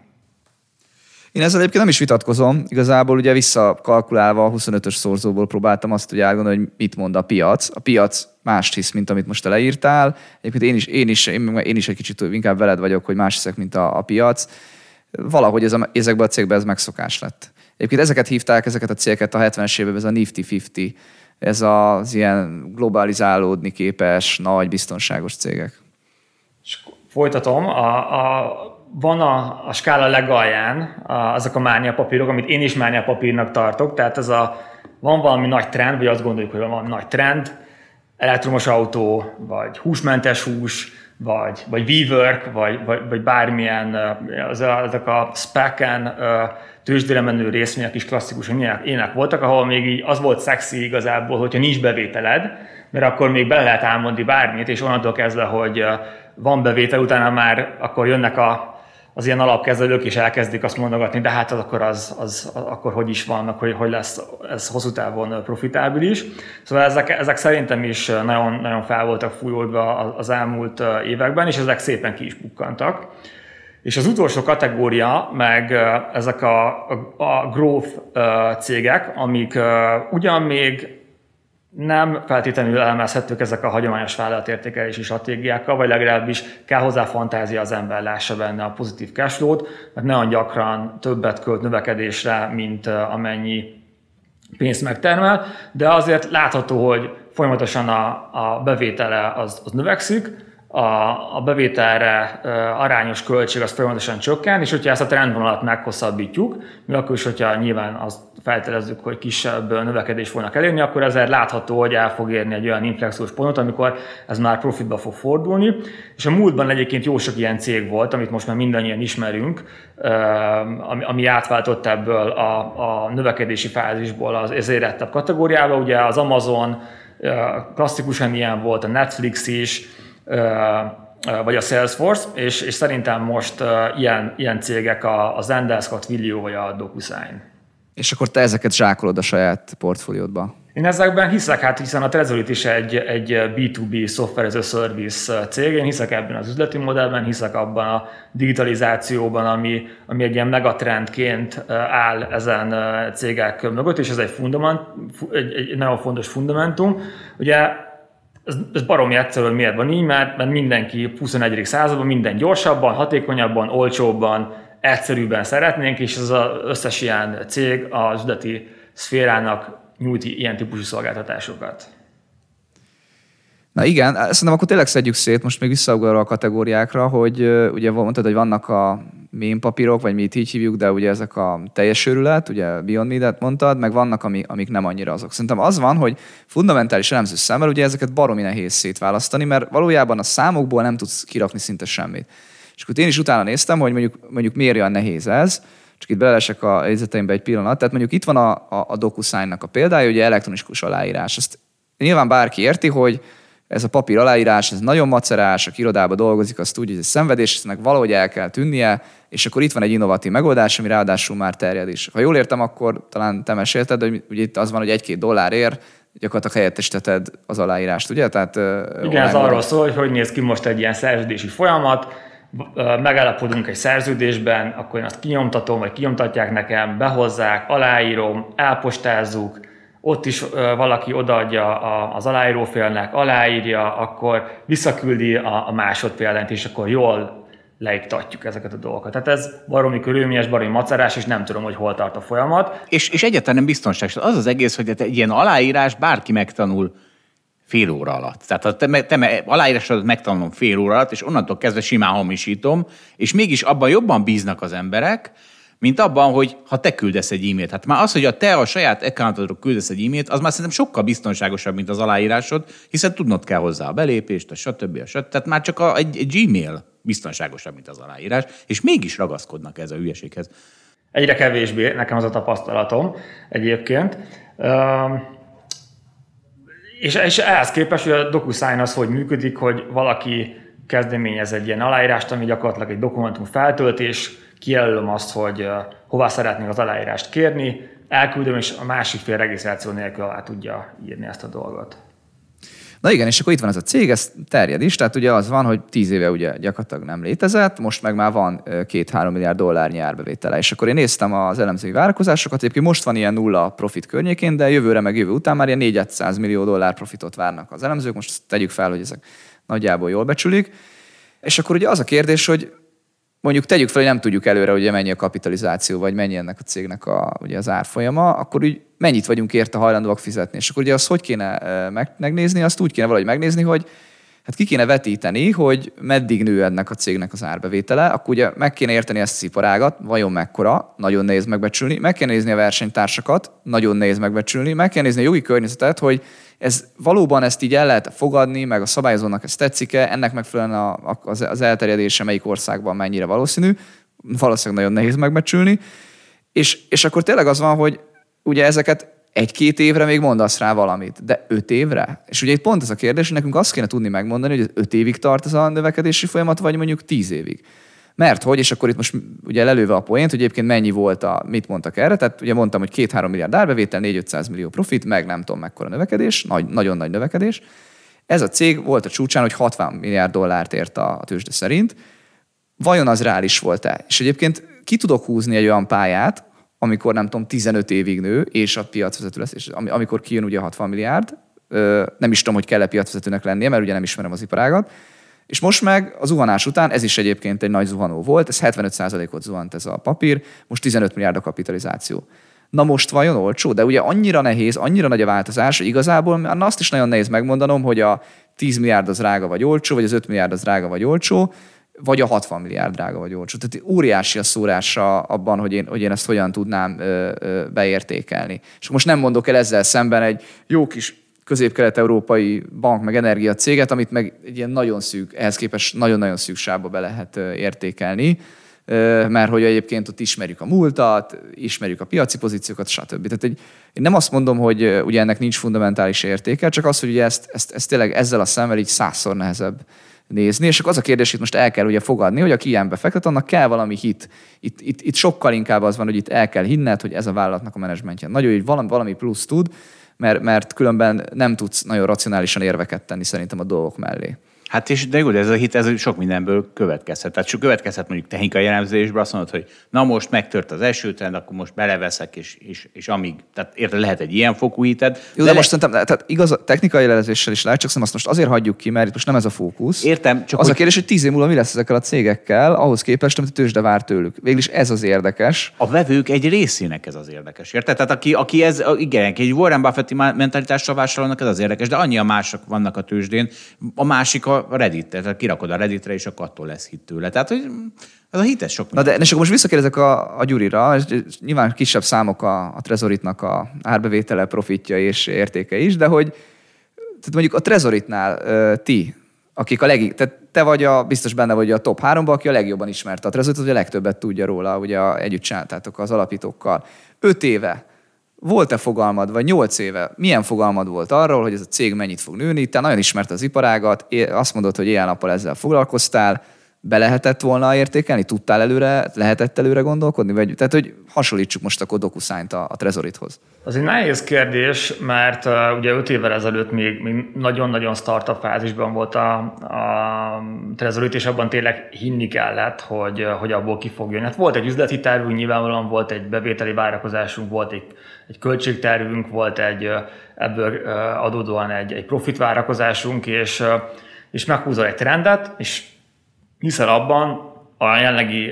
Én ezzel egyébként nem is vitatkozom. Igazából ugye visszakalkulálva a huszonötös szorzóból próbáltam azt, hogy elgondolni, hogy mit mond a piac. A piac mást hisz, mint amit most te leírtál. Egyébként én is, én is, én, én is egy kicsit inkább veled vagyok, hogy más hiszek, mint a, a piac. Valahogy ez a, ezekben a cégben ez megszokás lett. Egyébként ezeket hívták, ezeket a cégeket a hetvenes években, ez a Nifty ötven, ez az ilyen globalizálódni képes, nagy, biztonságos cégek. És folytatom. A, a, van a, a skála legalján a, azok a mániapapírok, amit én is mániapapírnak tartok, tehát ez a, van valami nagy trend, vagy azt gondoljuk, hogy van valami nagy trend, elektromos autó, vagy húsmentes hús, vagy, vagy WeWork, vagy, vagy, vagy bármilyen, az a, ezek a spec-en tőzsdére menő részvények is klasszikusan ilyenek voltak, ahol még így az volt szexi igazából, hogyha nincs bevételed, mert akkor még bele lehet álmodni bármit, és onnantól kezdve, hogy van bevétel, utána már akkor jönnek a, az ilyen alapkezelők, és elkezdik azt mondogatni, de hát az akkor, az, az, az, akkor hogy is van, hogy, hogy lesz ez hosszú távon profitábilis. Szóval ezek, ezek szerintem is nagyon, nagyon fel voltak fújódva az elmúlt években, és ezek szépen ki is bukkantak. És az utolsó kategória meg ezek a, a, a growth cégek, amik ugyan még nem feltétlenül elemezhetők ezek a hagyományos vállalatértékelési stratégiákkal, vagy legalábbis kell hozzá fantázia, az ember lássa benne a pozitív cashflow-t, mert nagyon gyakran többet költ növekedésre, mint amennyi pénzt megtermel, de azért látható, hogy folyamatosan a, a bevétele az, az növekszik, a, a bevételre arányos költség az folyamatosan csökken, és hogyha ezt a trendvonalat meghosszabbítjuk, mi akkor is, hogyha nyilván azt feltételezzük, hogy kisebb növekedés fognak elérni, akkor ezért látható, hogy el fog érni egy olyan inflexiós pontot, amikor ez már profitba fog fordulni. És a múltban egyébként jó sok ilyen cég volt, amit most már mindannyian ismerünk, ami, ami átváltott ebből a, a növekedési fázisból az érettebb kategóriába. Ugye az Amazon klasszikusan ilyen volt, a Netflix is, vagy a Salesforce, és, és szerintem most uh, ilyen, ilyen cégek a, a Zendesk, a Twilio vagy a DocuSign. És akkor te ezeket zsákolod a saját portfóliódba? Én ezekben hiszek, hát hiszen a Trezorit is egy, egy bé kettő bé software as a service cég, én hiszek ebben az üzleti modellben, hiszek abban a digitalizációban, ami, ami egy ilyen megatrendként áll ezen cégek mögött, és ez egy, fundament, egy, egy nagyon fontos fundamentum. Ugye Ez, ez baromi egyszerű, hogy miért van így, mert, mert mindenki huszonegyedik században minden gyorsabban, hatékonyabban, olcsóbban, egyszerűbben szeretnénk, és ez az összes ilyen cég az üzleti szférának nyújt ilyen típusú szolgáltatásokat. Na igen, szerintem akkor tényleg szedjük szét, most még visszaugorva a kategóriákra, hogy ugye mondtad, hogy vannak a mém papírok, vagy mi itt így hívjuk, de ugye ezek a teljes őrület, ugye Beyond Meat-et mondtad, meg vannak, ami, amik nem annyira azok. Szerintem az van, hogy fundamentális elemző szemmel ugye ezeket baromi nehéz szétválasztani, mert valójában a számokból nem tudsz kirakni szinte semmit. És akkor én is utána néztem, hogy mondjuk, mondjuk miért olyan nehéz ez, csak itt belesek a jegyzeteimbe egy pillanat. Tehát mondjuk itt van a, a, a DocuSign-nak a példája, ugye elektronikus aláírás. Ezt nyilván bárki érti, hogy ez a papír aláírás, ez nagyon macerás, aki irodában dolgozik, azt tudja, hogy ez szenvedés, eznek valahogy el kell tűnnie, és akkor itt van egy innovatív megoldás, ami ráadásul már terjed is. Ha jól értem, akkor talán te mesélted, hogy ugye itt az van, hogy egy-két dollárért gyakorlatilag helyettesítheted az aláírást, ugye? Tehát, igen, ez arról szól, hogy hogy néz ki most egy ilyen szerződési folyamat, megállapodunk egy szerződésben, akkor én azt kinyomtatom, vagy kinyomtatják nekem, behozzák, aláírom, elpostázzuk, ott is valaki odaadja az aláírófélnek, aláírja, akkor visszaküldi a másodpéldányt, és akkor jól leiktatjuk ezeket a dolgokat. Tehát ez baromi körülményes, baromi macerás, és nem tudom, hogy hol tart a folyamat. És, és egyáltalán nem biztonságos. Az az egész, hogy egy ilyen aláírás bárki megtanul fél óra alatt. Tehát a te, te aláírásodat megtanulom fél óra alatt, és onnantól kezdve simán hamisítom, és mégis abban jobban bíznak az emberek, mint abban, hogy ha te küldesz egy e-mailt. Hát már az, hogy a te a saját accountodról küldesz egy e-mailt, az már szerintem sokkal biztonságosabb, mint az aláírásod, hiszen tudnod kell hozzá a belépést, a stb. A stb. Tehát már csak a, egy, egy Gmail biztonságosabb, mint az aláírás, és mégis ragaszkodnak ez a hülyeséghez. Egyre kevésbé, nekem az a tapasztalatom egyébként. És, és ehhez képest, hogy a DocuSign az hogy működik, hogy valaki kezdeményez egy ilyen aláírást, ami gyakorlatilag egy dokumentum feltöltés, kijelölöm azt, hogy hová szeretnénk az aláírást kérni, elküldöm, és a másik fél regisztráció nélkül alá tudja írni ezt a dolgot. Na igen, és akkor itt van ez a cég, ez terjed is, tehát ugye az van, hogy tíz éve ugye gyakorlatilag nem létezett, most meg már van két-három milliárd dollárnyi árbevétele. És akkor én néztem az elemzői várakozásokat, egyébként most van ilyen nulla profit környékén, de jövőre meg jövő után már ilyen négyszáz millió dollár profitot várnak az elemzők, most tegyük fel, hogy ezek nagyjából jól becsülik. És akkor ugye az a kérdés, hogy mondjuk tegyük fel, hogy nem tudjuk előre, hogy mennyi a kapitalizáció, vagy mennyi ennek a cégnek a, ugye az árfolyama, akkor úgy mennyit vagyunk érte hajlandóak fizetni. És akkor ugye azt hogy kéne megnézni, azt úgy kéne valahogy megnézni, hogy hát ki kéne vetíteni, hogy meddig nő ennek a cégnek az árbevétele, akkor ugye meg kéne érteni ezt az iparágat, vajon mekkora, nagyon nehéz megbecsülni, meg kéne nézni a versenytársakat, nagyon nehéz megbecsülni, meg kéne nézni a jogi környezetet, hogy ez valóban ezt így el lehet fogadni, meg a szabályozónak ez tetszik-e, ennek megfelelően a, az elterjedése melyik országban mennyire valószínű, valószínűleg nagyon nehéz megbecsülni, és, és akkor tényleg az van, hogy ugye ezeket egy-két évre még mondasz rá valamit, de öt évre? És ugye itt pont ez a kérdés, hogy nekünk azt kéne tudni megmondani, hogy öt évig tart ez a növekedési folyamat, vagy mondjuk tíz évig. Mert hogy, és akkor itt most ugye lelőve a poént, hogy egyébként mennyi volt a, mit mondtak erre, tehát ugye mondtam, hogy két-három milliárd árbevétel, négy-ötszáz millió profit, meg nem tudom mekkora növekedés, nagy, nagyon nagy növekedés. Ez a cég volt a csúcsán, hogy hatvan milliárd dollárt ért a, a tőzsde szerint. Vajon az reális volt-e? És egyébként ki tudok húzni egy olyan pályát, amikor nem tudom, tizenöt évig nő, és a piacvezető lesz, és amikor kijön ugye hatvan milliárd, nem is tudom, hogy kell-e piacvezetőnek lennie, mert ugye nem ismerem az iparágat, és most meg a zuhanás után, ez is egyébként egy nagy zuhanó volt, ez hetvenöt százalékot zuhant ez a papír, most tizenöt milliárd a kapitalizáció. Na most vajon olcsó? De ugye annyira nehéz, annyira nagy a változás, hogy igazából már azt is nagyon nehéz megmondanom, hogy a tíz milliárd az drága vagy olcsó, vagy az öt milliárd az drága vagy olcsó, vagy a hatvan milliárd drága vagy olcsó. Tehát óriási a szórása abban, hogy én, hogy én ezt hogyan tudnám ö, ö, beértékelni. És most nem mondok el ezzel szemben egy jó kis közép-kelet-európai bank meg energia céget, amit meg egy ilyen nagyon szűk, ehhez képest nagyon-nagyon szűk sávba be lehet értékelni, mert hogy egyébként ott ismerjük a múltat, ismerjük a piaci pozíciókat, stb. Tehát egy, én nem azt mondom, hogy ugye ennek nincs fundamentális értéke, csak az, hogy ugye ezt, ezt, ezt tényleg ezzel a szemmel így százszor nehezebb nézni, és akkor az a kérdés, hogy most el kell ugye fogadni, hogy aki ilyen befektet, annak kell valami hit. Itt, itt, itt sokkal inkább az van, hogy itt el kell hinned, hogy ez a vállalatnak a menedzsmentje nagyon, hogy valami, valami plusz tud, mert, mert különben nem tudsz nagyon racionálisan érveket tenni szerintem a dolgok mellé. Hát és de jó, de ez a hit ez sok mindenből következhet. Tehát következhet mondjuk technikai elemzésből, azt mondod, hogy na most megtört az esőtrend, akkor most beleveszek, és, és, és amíg, tehát érted, lehet egy ilyen fokú hited. Jó, de, de most le... szerintem, tehát igaz, technikai elemzéssel is lehet, csak azt most azért hagyjuk ki, mert itt most nem ez a fókusz. Értem, csak az hogy... a kérdés, hogy tíz év múlva mi lesz ezekkel a cégekkel, ahhoz képest, amit a tőzsde vár tőlük. Végülis ez az érdekes. A vevők egy részének ez az érdekes, érted? Tehát aki, aki ez, igen, egy Warren Buffetti mentalitással vásárolnak, ez az érdekes, de annyian mások vannak a tőzsdén, a másik a Reddit, tehát kirakod a Redditre, és akkor attól lesz hit tőle. Tehát, hogy ez a hit, ez sok. Na de, és akkor most visszakérdezek a, a Gyurira, és nyilván kisebb számok a, a Trezoritnak a árbevétele, profitja és értéke is, de hogy tehát mondjuk a Trezoritnál uh, ti, akik a leg, tehát te vagy a, biztos benne vagy a top háromban, aki a legjobban ismerte a Trezorit, hogy a legtöbbet tudja róla, ugye együtt csináltátok az alapítókkal. Öt éve volt-e fogalmad, vagy nyolc éve, milyen fogalmad volt arról, hogy ez a cég mennyit fog nőni? Te nagyon ismerte az iparágat, azt mondod, hogy éjjel-nappal ezzel foglalkoztál, be lehetett volna értékelni? Tudtál előre, lehetett előre gondolkodni? Vagy, tehát, hogy hasonlítsuk most akkor DocuSign-t a, a Trezorithoz. Az egy nehéz kérdés, mert uh, ugye öt évvel ezelőtt még, még nagyon-nagyon startup fázisban volt a, a Trezorit, és abban tényleg hinni kellett, hogy, hogy abból ki fog jönni. Hát volt egy üzleti tervünk, nyilvánvalóan volt egy bevételi várakozásunk, volt egy, egy költségtervünk, volt egy ebből adódóan egy, egy profit várakozásunk, és, és meghúzol egy trendet, és hiszel abban a jelenlegi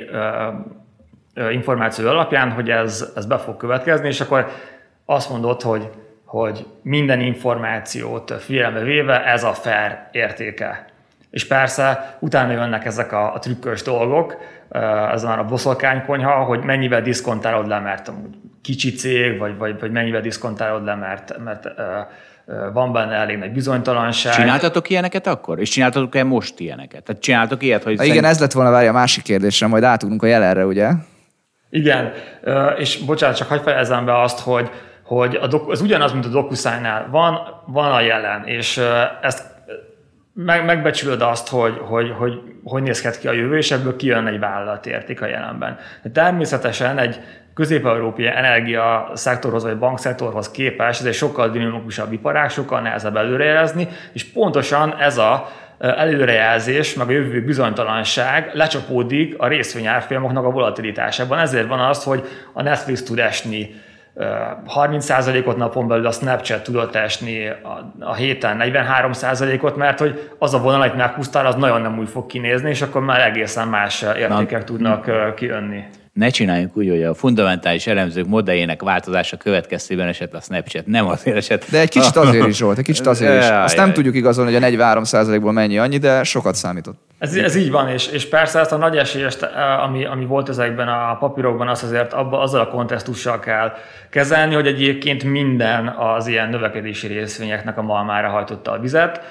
uh, információ alapján, hogy ez, ez be fog következni, és akkor azt mondod, hogy, hogy minden információt figyelembe véve ez a fair értéke. És persze utána jönnek ezek a, a trükkös dolgok, uh, ez már a boszorkánykonyha, hogy mennyivel diszkontálod le, mert amúgy kicsi cég, vagy, vagy, vagy mennyivel diszkontálod le, mert, mert uh, van benne elég nagy bizonytalanság. Csináltatok ilyeneket akkor? És csináltatok-e most ilyeneket? Tehát csináltok ilyet, hogy... Igen, szerint... ez lett volna, várja a másik kérdésre, majd átugrunk a jelenre, ugye? Igen, és bocsánat, csak hagyj fejezzem be azt, hogy, hogy a doku, az ugyanaz, mint a DocuSign-nál. Van, van a jelen, és ezt meg, megbecsülöd azt, hogy hogy, hogy hogy nézhet ki a jövő, és ebből kijön egy vállalatérték a jelenben. De természetesen egy közép-európai energia szektorhoz vagy bankszektorhoz képest ez egy sokkal dinamikusabb iparág, sokkal nehezebb előrejelezni, és pontosan ez a előrejelzés, meg a jövő bizonytalanság lecsapódik a részvényárfolyamoknak a volatilitásában. Ezért van az, hogy a Netflix tud esni harminc százalékot napon belül, a Snapchat tudott esni a, a héten negyvenhárom százalékot, mert hogy az a vonal, amit meghúztál, az nagyon nem úgy fog kinézni, és akkor már egészen más értékek Na, tudnak kijönni. Ne csináljunk úgy, hogy a fundamentális elemzők modelljének változása következtében esett a Snapchat, nem azért esett. De egy kicsit azért is volt, egy kicsit azért is. Azt nem tudjuk igazolni, hogy a negyvenhárom százalékból mennyi annyi, de sokat számított. Ez, ez így van, és, és persze ezt a nagy esélyest, ami, ami volt ezekben a papírokban, azt azért abba, azzal a kontextussal kell kezelni, hogy egyébként minden az ilyen növekedési részvényeknek a malmára hajtotta a vizet.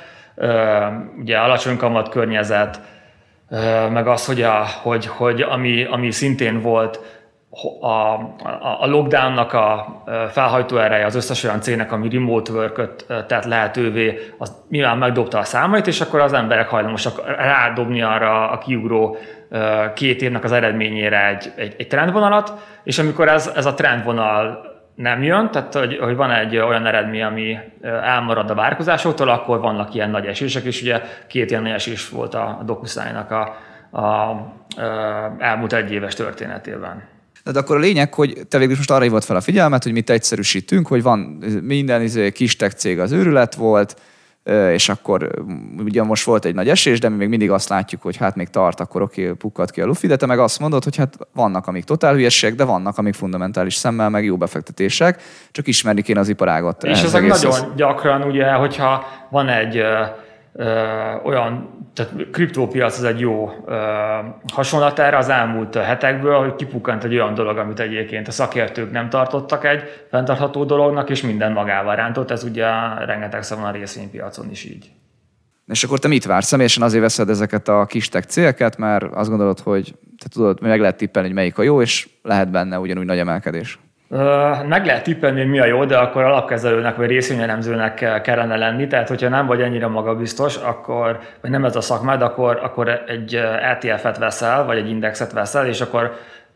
Ugye alacsony kamat környezet, meg az, hogy, a, hogy, hogy ami, ami szintén volt a, a, a lockdownnak a felhajtó ereje az összes olyan cégnek, ami remote work-öt tett lehetővé, az nyilván megdobta a számait, és akkor az emberek hajlamosak rádobni arra a kiugró két évnek az eredményére egy, egy, egy trendvonalat, és amikor ez, ez a trendvonal nem jön, tehát hogy, hogy van egy olyan eredmény, ami elmarad a várakozásoktól, akkor vannak ilyen nagy esések, és ugye két ilyen nagy esés volt a DocuSign-nak a, a, a elmúlt egyéves történetében. De akkor a lényeg, hogy te végül most arra hívott fel a figyelmet, hogy mit egyszerűsítünk, hogy van minden izé, kis tech cég az őrület volt, és akkor ugye most volt egy nagy esés, de mi még mindig azt látjuk, hogy hát még tart, akkor oké, okay, pukkad ki a lufi, de te meg azt mondod, hogy hát vannak, amik totál hülyességek, de vannak, amik fundamentális szemmel, meg jó befektetések, csak ismerni kéne az iparágot. És ezek nagyon az... gyakran, ugye, hogyha van egy ö, ö, olyan, tehát kriptópiac az egy jó ö, hasonlat erre az elmúlt hetekből, hogy kipukkant egy olyan dolog, amit egyébként a szakértők nem tartottak egy fenntartható dolognak, és minden magával rántott. Ez ugye rengetegszer van a részvénypiacon is így. És akkor te mit vársz? Személyesen azért veszed ezeket a kis tech cégeket, mert azt gondolod, hogy te tudod, meg lehet tippelni, hogy melyik a jó, és lehet benne ugyanúgy nagy emelkedés. Meg lehet tippelni, hogy mi a jó, de akkor alapkezelőnek vagy részvényelemzőnek kellene lenni, tehát hogyha nem vagy ennyire magabiztos, akkor, vagy nem ez a szakmád, akkor, akkor egy é té ef-et veszel, vagy egy indexet veszel, és akkor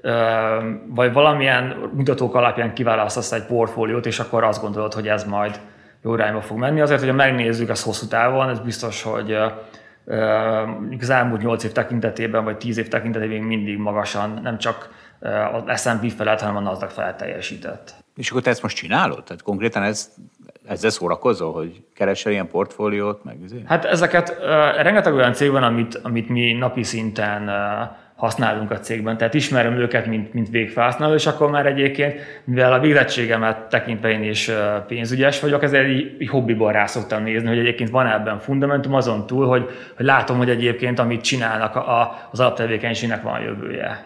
vagy valamilyen mutatók alapján kiválasztasz egy portfóliót, és akkor azt gondolod, hogy ez majd jó irányba fog menni. Azért, hogyha megnézzük ezt hosszú távon, ez biztos, hogy az elmúlt nyolc év tekintetében, vagy tíz év tekintetében mindig magasan, nem csak az es and pé felett, hanem a Nasdaq felett teljesített. És akkor te ezt most csinálod? Tehát konkrétan ez, ezzel szórakozol, hogy keresel ilyen portfóliót? Meg azért? Hát ezeket, uh, rengeteg olyan cég van, amit, amit mi napi szinten uh, használunk a cégben, tehát ismerem őket, mint, mint végfelhasználó, és akkor már egyébként, mivel a végzettségemet tekintve én is uh, pénzügyes vagyok, ezért így, így hobbiból rá szoktam nézni, hogy egyébként van ebben fundamentum azon túl, hogy, hogy látom, hogy egyébként amit csinálnak a, a, az alaptevékenységnek van jövője.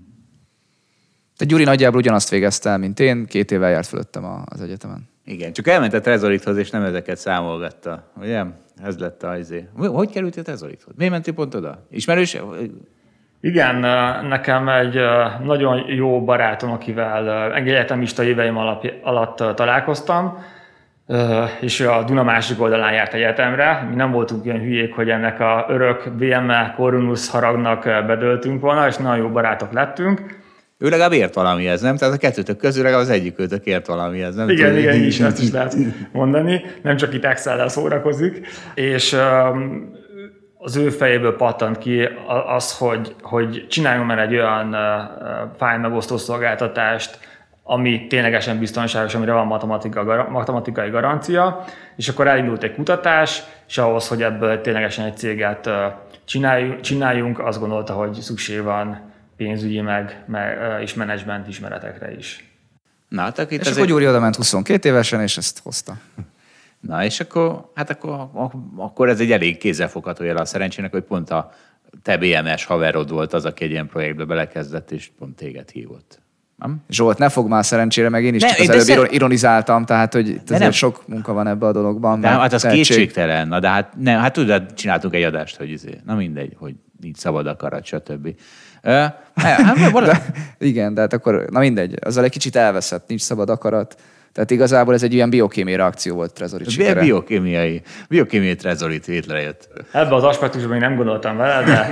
Te Gyuri nagyjából ugyanazt végezte el, mint én, két évvel járt fölöttem az egyetemen. Igen, csak elment a Trezorithoz, és nem ezeket számolgatta, ugye? Ez lett az izé. Hogy került a Trezorithoz? Miért mentél pont oda? Ismerős? Igen, nekem egy nagyon jó barátom, akivel egyetemista éveim alatt találkoztam, és a Duna másik oldalán járt egyetemre. Mi nem voltunk ilyen hülyék, hogy ennek a örök bé em e Corvinus haragnak bedöltünk volna, és nagyon jó barátok lettünk. Ő legalább ért valamihez, nem? Tehát a kettőtök közül legalább az egyikőtök ért valamihez, nem? Igen, tudom, igen, így is ezt is lehet mondani. Nem csak itt Excel-lel szórakozik. És um, az ő fejéből pattant ki az, hogy, hogy csináljunk már egy olyan uh, fájl megosztó szolgáltatást, ami ténylegesen biztonságos, amire van matematika, matematikai garancia, és akkor elindult egy kutatás, és ahhoz, hogy ebből ténylegesen egy céget uh, csináljunk, csináljunk, azt gondolta, hogy szükség van pénzügyi meg, meg, és menedzsment ismeretekre is. Na, hát és akkor egy... Gyuri oda ment huszonkét évesen, és ezt hozta. Na, és akkor, hát akkor, akkor ez egy elég kézzelfogható jel a szerencsének, hogy pont a te bé em es haverod volt az, aki egy ilyen projektbe belekezdett, és pont téged hívott. Nem? Zsolt, ne fogd már szerencsére, meg én is ne, csak az előbb szer... ironizáltam, tehát hogy nem. sok munka van ebbe a dologban. De hát az tehetség... kétségtelen, na de hát, nem, hát tudod, csináltunk egy adást, hogy izé, na mindegy, hogy nincs szabad akarat, stb. Uh, hát, de, igen, de hát akkor, na mindegy, azzal egy kicsit elveszett, nincs szabad akarat, Tehát igazából ez egy ilyen biokémiai reakció volt Trezorit sikere. Biokémiai, biokémiai Trezorit létrejött. Ebben az aspektusban még nem gondoltam vele, de...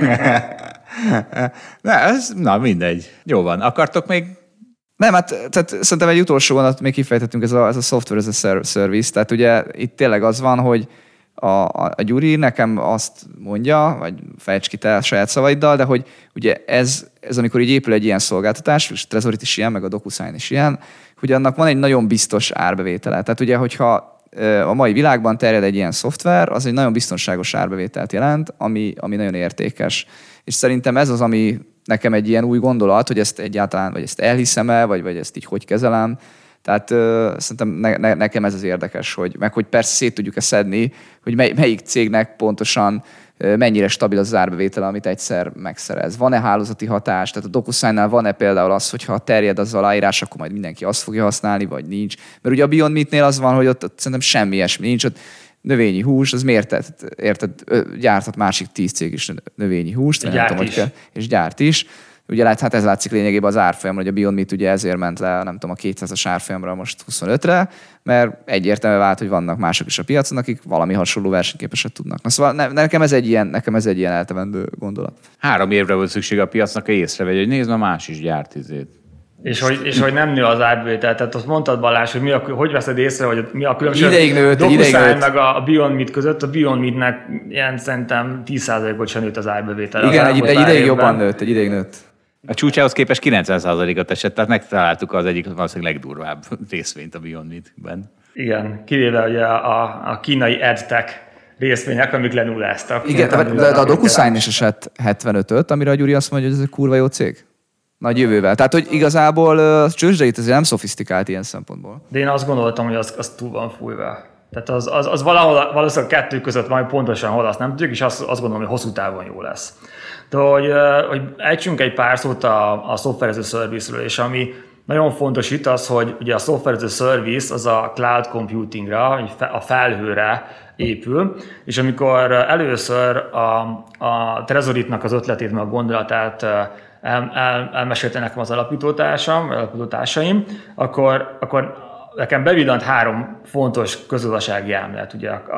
na, ez, na, mindegy. Jó van. Akartok még? Nem, hát tehát szerintem egy utolsó vonat még kifejtettünk, ez a, ez a software as a service. Tehát ugye itt tényleg az van, hogy a, a, a Gyuri nekem azt mondja, vagy fejts ki te a saját szavaiddal, de hogy ugye ez, ez amikor így épül egy ilyen szolgáltatás, és Trezorit is ilyen, meg a DocuSign is ilyen, hogy annak van egy nagyon biztos árbevétele. Tehát ugye, hogyha a mai világban terjed egy ilyen szoftver, az egy nagyon biztonságos árbevételt jelent, ami, ami nagyon értékes. És szerintem ez az, ami nekem egy ilyen új gondolat, hogy ezt egyáltalán, vagy ezt elhiszem-e, vagy, vagy ezt így hogy kezelem. Tehát uh, szerintem ne, ne, nekem ez az érdekes, hogy, meg hogy persze szét tudjuk-e szedni, hogy mely, melyik cégnek pontosan uh, mennyire stabil az árbevétele, amit egyszer megszerez. Van-e hálózati hatás? Tehát a DocuSignnál van-e például az, hogy ha terjed az aláírás, akkor majd mindenki azt fogja használni, vagy nincs. Mert ugye a Beyond Meatnél az van, hogy ott, ott szerintem semmi ilyesmi nincs. Ott növényi hús, az miért tett? Érted? Gyártat másik tíz cég is növényi húst, vagy nem tudom, hogy kell, és gyárt is. Ugye lát, hát ez látszik lényegében az árfolyamon, hogy a Beyond Meat ugye ezért ment le, nem tudom, a kétszázas árfolyamra most huszonötre, mert egyértelmű vált, hogy vannak mások is a piacon, akik valami hasonló versenyképeset tudnak. Na, szóval ne, nekem, ez egy ilyen, nekem ez egy ilyen eltevendő gondolat. Három évre volt szükség a piacnak, hogy észrevegy, hogy nézd, már más is gyárt izét. És hogy, és hogy nem nő az árbevétel. Tehát azt mondtad, Balázs, hogy mi a, hogy veszed észre, hogy mi a különbség ideig nőtt, a DocuSign meg a Beyond Meat között. A Beyond Meatnek ilyen szerintem tíz százalékot sem nőtt az árbevétel. Igen, egy, egy ideig jobban nőtt, egy ideig nőtt. A csúcsához képest kilencven százalékot esett, tehát megtaláltuk az egyik valószínűleg legdurvább részvényt a Beyond Meat-ben. Igen, kivéve ugye a, a kínai EdTech részvények, amik lenulláztak. Igen, de, de a DocuSign is esett hetvenötöt, amire a Gyuri azt mondja, hogy ez egy kurva jó cég. Nagy jövővel. Tehát, hogy igazából a csőzsdeit azért nem szofisztikált ilyen szempontból. De én azt gondoltam, hogy az, az túl van fújva. Tehát az, az, az valahol, valószínűleg kettő között majd pontosan hol, azt nem tudjuk, és azt, azt gondolom, hogy hosszú távon jó lesz. De hogy, hogy ejtsünk egy pár szót a, a software as a service-ről, és ami nagyon fontos itt az, hogy ugye a software as a service az a cloud computingra, a felhőre épül, és amikor először a, a Trezoritnak az ötletét, meg a gondolatát el, el, elmesélte nekem az alapítótársam, alapítótársaim, akkor, akkor nekem bevillant három fontos közgazdasági elmélet ugye a,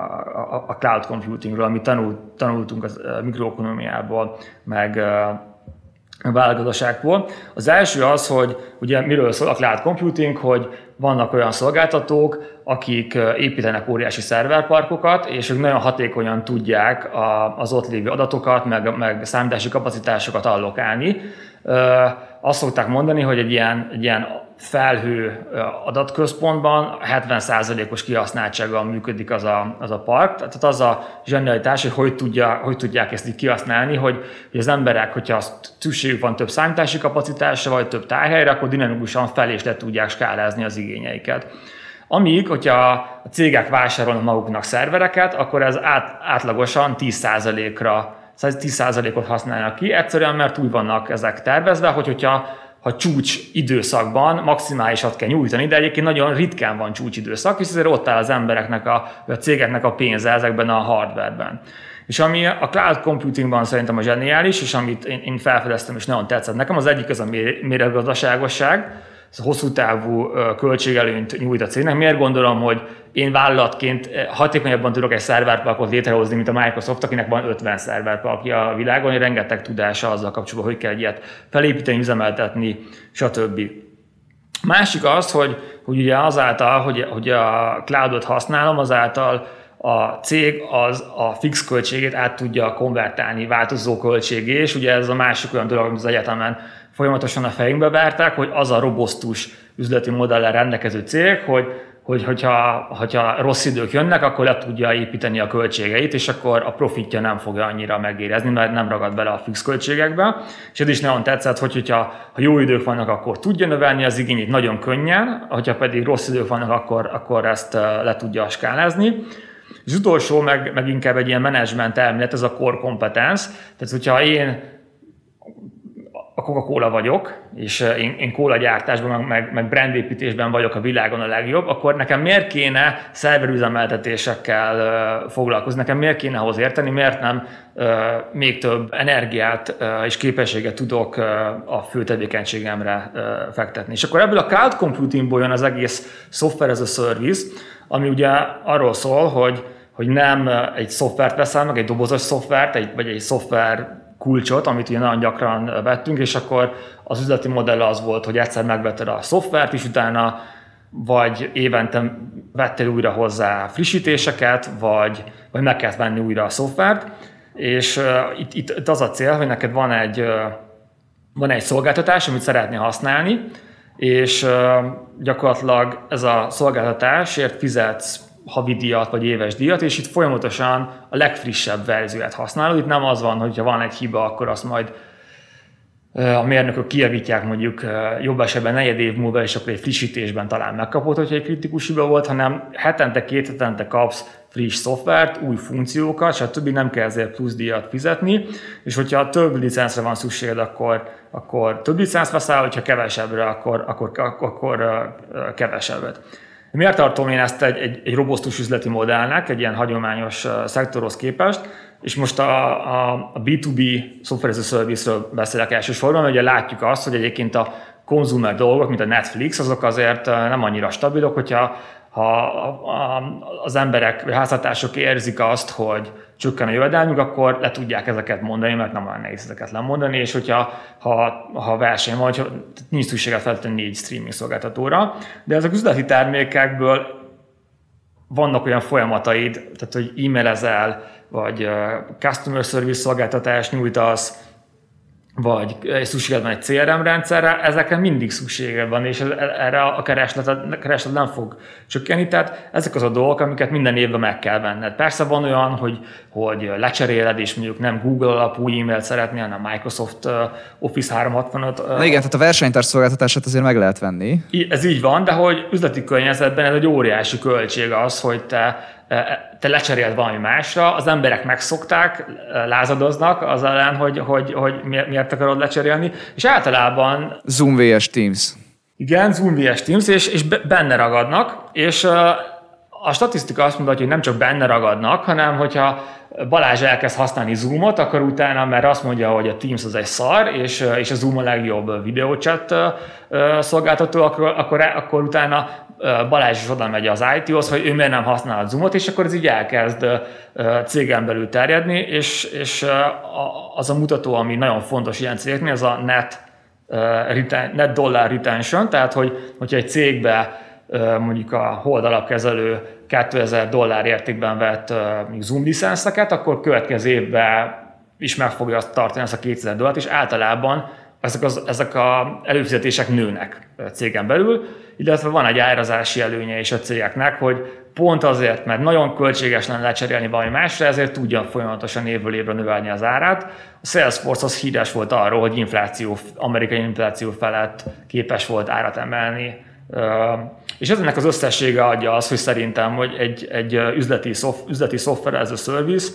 a, a cloud computingről, amit tanult, tanultunk a mikroökonomiából, meg a vállalkozásból. Az első az, hogy ugye miről szól a cloud computing, hogy vannak olyan szolgáltatók, akik építenek óriási szerverparkokat, és ők nagyon hatékonyan tudják az ott lévő adatokat, meg, meg számítási kapacitásokat allokálni. Azt szokták mondani, hogy egy ilyen, egy ilyen felhő adatközpontban hetven százalékos kihasználtsággal működik az a, az a park. Tehát az a zsenialitás, hogy hogy, tudja, hogy tudják ezt így kihasználni, hogy, hogy az emberek, hogyha szükségük van több számítási kapacitásra, vagy több tárhelyre, akkor dinamikusan fel és le tudják skálázni az igényeiket. Amíg, hogyha a cégek vásárolnak maguknak szervereket, akkor ez át, átlagosan tíz százalékra, tíz százalékot használnak ki, egyszerűen mert úgy vannak ezek tervezve, hogy hogyha ha csúcs időszakban maximálisat kell nyújtani, de egyébként nagyon ritkán van csúcs időszak, és ezért ott áll az embereknek, a, a cégeknek a pénze ezekben a hardwareben. És ami a cloud computingban szerintem a zseniális, és amit én, én felfedeztem, és nagyon tetszett nekem, az egyik az a méretgazdaságosság, ez hosszú távú költségelőnyt nyújt a cégnek. Miért gondolom, hogy én vállalatként hatékonyabban tudok egy szerverparkot létrehozni, mint a Microsoft, akinek van ötven szerverparkja a világon, hogy rengeteg tudása azzal kapcsolatban, hogy kell egy ilyet felépíteni, üzemeltetni, stb. Másik az, hogy, hogy ugye azáltal, hogy, hogy a cloudot használom, azáltal a cég az a fix költségét át tudja konvertálni változó költségé, és ugye ez a másik olyan dolog, amit az egyetemen folyamatosan a fejünkbe vertek, hogy az a robosztus üzleti modellel rendelkező cég, hogy, hogy hogyha, hogyha rossz idők jönnek, akkor le tudja építeni a költségeit, és akkor a profitja nem fogja annyira megérezni, mert nem ragad bele a fix költségekbe. És ez is nagyon tetszett, hogy hogyha ha jó idők vannak, akkor tudja növelni az igényét nagyon könnyen, hogyha pedig rossz idők vannak, akkor, akkor ezt le tudja skálázni. És az utolsó, meg, meg inkább egy ilyen menedzsment elmélet, ez a core competence. Tehát, hogyha én a Coca-Cola vagyok, és én, én kóla gyártásban, meg, meg brandépítésben vagyok a világon a legjobb, akkor nekem miért kéne szerverüzemeltetésekkel foglalkozni, nekem miért kéne ahhoz érteni, miért nem még több energiát és képességet tudok a fő tevékenységemre fektetni. És akkor ebből a cloud computingból jön az egész software as a service, ami ugye arról szól, hogy, hogy nem egy szoftvert veszel meg, egy dobozos szoftvert, egy, vagy egy szoftver kulcsot, amit ugye nagyon gyakran vettünk, és akkor az üzleti modell az volt, hogy egyszer megvetted a szoftvert, és utána vagy évente vettél újra hozzá frissítéseket, vagy, vagy meg kellett venni újra a szoftvert, és uh, itt, itt, itt az a cél, hogy neked van egy, uh, van egy szolgáltatás, amit szeretnél használni, és uh, gyakorlatilag ez a szolgáltatásért fizetsz havidíjat vagy éves díjat, és itt folyamatosan a legfrissebb verzióját használod. Itt nem az van, hogyha van egy hiba, akkor azt majd a mérnökök kijavítják mondjuk jobb esetben negyed év múlva, és akkor egy frissítésben talán megkapod, hogyha egy kritikus hiba volt, hanem hetente, két hetente kapsz friss szoftvert, új funkciókat, stb. Nem kell ezért plusz díjat fizetni, és hogyha több licenszre van szükséged, akkor, akkor több licensz veszel, hogyha kevesebbre, akkor, akkor, akkor, akkor kevesebbet. Miért tartom én ezt egy, egy, egy robosztus üzleti modellnek, egy ilyen hagyományos szektorhoz képest, és most a, a, a bé kettő bé Software as a Service-ről beszélek elsősorban, mert ugye látjuk azt, hogy egyébként a konzumer dolgok, mint a Netflix, azok azért nem annyira stabilok, hogyha ha az emberek, vagy háztartások érzik azt, hogy csökken a jövedelmük, akkor le tudják ezeket mondani, mert nem olyan nehéz ezeket lemondani, és hogyha ha, ha verseny van, hogyha nincs szükséget feltenni négy streaming szolgáltatóra, de ezek üzleti termékekből vannak olyan folyamataid, tehát hogy e-mailezel, vagy customer service szolgáltatást nyújtasz, vagy szükséged van egy cé er em rendszerre, ezekre mindig szükséged van, és erre a kereslet, a kereslet nem fog csökkenni, tehát ezek az a dolgok, amiket minden évben meg kell venned. Persze van olyan, hogy, hogy lecseréled, és mondjuk nem Google alapú e-mailt szeretnél, hanem Microsoft Office háromszázhatvanöt. Na igen, tehát a versenytárs szolgáltatását azért meg lehet venni. Ez így van, de hogy üzleti környezetben ez egy óriási költség az, hogy te te lecseréld valami másra, az emberek megszokták, lázadoznak az ellen, hogy, hogy, hogy miért akarod lecserélni, és általában... Zoom versus Teams. Igen, Zoom versus Teams, és, és benne ragadnak, és a statisztika azt mutatja, hogy nem csak benne ragadnak, hanem hogyha Balázs elkezd használni Zoomot, akkor utána, mert azt mondja, hogy a Teams az egy szar, és, és a Zoom a legjobb videóchat szolgáltató, akkor, akkor, akkor utána Balázs is oda megy az í té-hoz, hogy ő miért nem használ a Zoomot, és akkor ez így elkezd cégen belül terjedni, és, és az a mutató, ami nagyon fontos ilyen cégeknél, az a net, net dollar retention, tehát hogy, hogyha egy cégbe mondjuk a Hold alapkezelő kétezer dollár értékben vett Zoom licenszeket, akkor következő évben is meg fogja tartani ezt a kétezer dollárt, és általában ezek az ezek a előfizetések nőnek a cégen belül, illetve van egy árazási előnye is a cégeknek, hogy pont azért, mert nagyon költséges lenne lecserélni valami másra, ezért tudja folyamatosan évről évre növelni az árát. A Salesforce az híres volt arról, hogy infláció, amerikai infláció felett képes volt árat emelni. És ennek az összessége adja azt, hogy szerintem, hogy egy, egy üzleti, szof, üzleti software as a service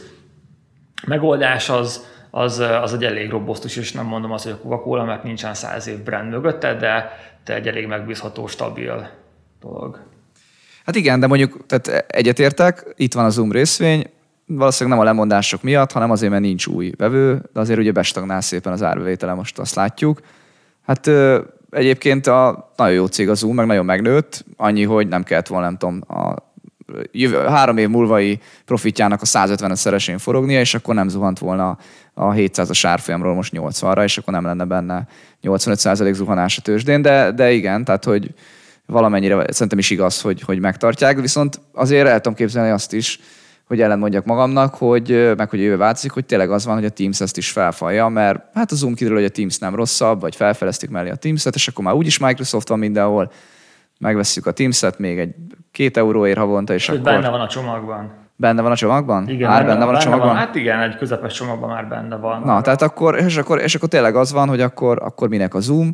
megoldás az, az, az egy elég robosztus, és nem mondom azt, hogy a Coca-Cola, mert nincsen száz év brand mögötte, de, de egy elég megbízható, stabil dolog. Hát igen, de mondjuk tehát egyetértek, itt van a Zoom részvény, valószínűleg nem a lemondások miatt, hanem azért, mert nincs új vevő, de azért ugye bestagnál szépen az árbevétele, most azt látjuk. Hát egyébként a nagyon jó cég a Zoom, meg nagyon megnőtt, annyi, hogy nem kellett volna, nem tudom, a jövő, három év múlvai profitjának a százötven-szeresén forognia, és akkor nem zuhant volna a hétszázas árfolyamról most nyolcvanra, és akkor nem lenne benne nyolcvanöt százalék zuhanás a tőzsdén, de, de igen, tehát hogy valamennyire szerintem is igaz, hogy, hogy megtartják, viszont azért el tudom képzelni azt is, hogy ellen mondjak magamnak, hogy, meg hogy jövő változik, hogy tényleg az van, hogy a Teams ezt is felfalja, mert hát a Zoom kiderül, hogy a Teams nem rosszabb, vagy felfedezték mellé a Teams-et, és akkor már úgyis Microsoft van mindenhol, megvesszük a Teams-et még egy két euróért havonta, és hogy akkor... benne van a csomagban. Benne van a csomagban? Igen, már benne, benne van a csomagban? Van. Hát igen, egy közepes csomagban már benne van. Na, tehát akkor és, akkor, és akkor tényleg az van, hogy akkor, akkor minek a Zoom,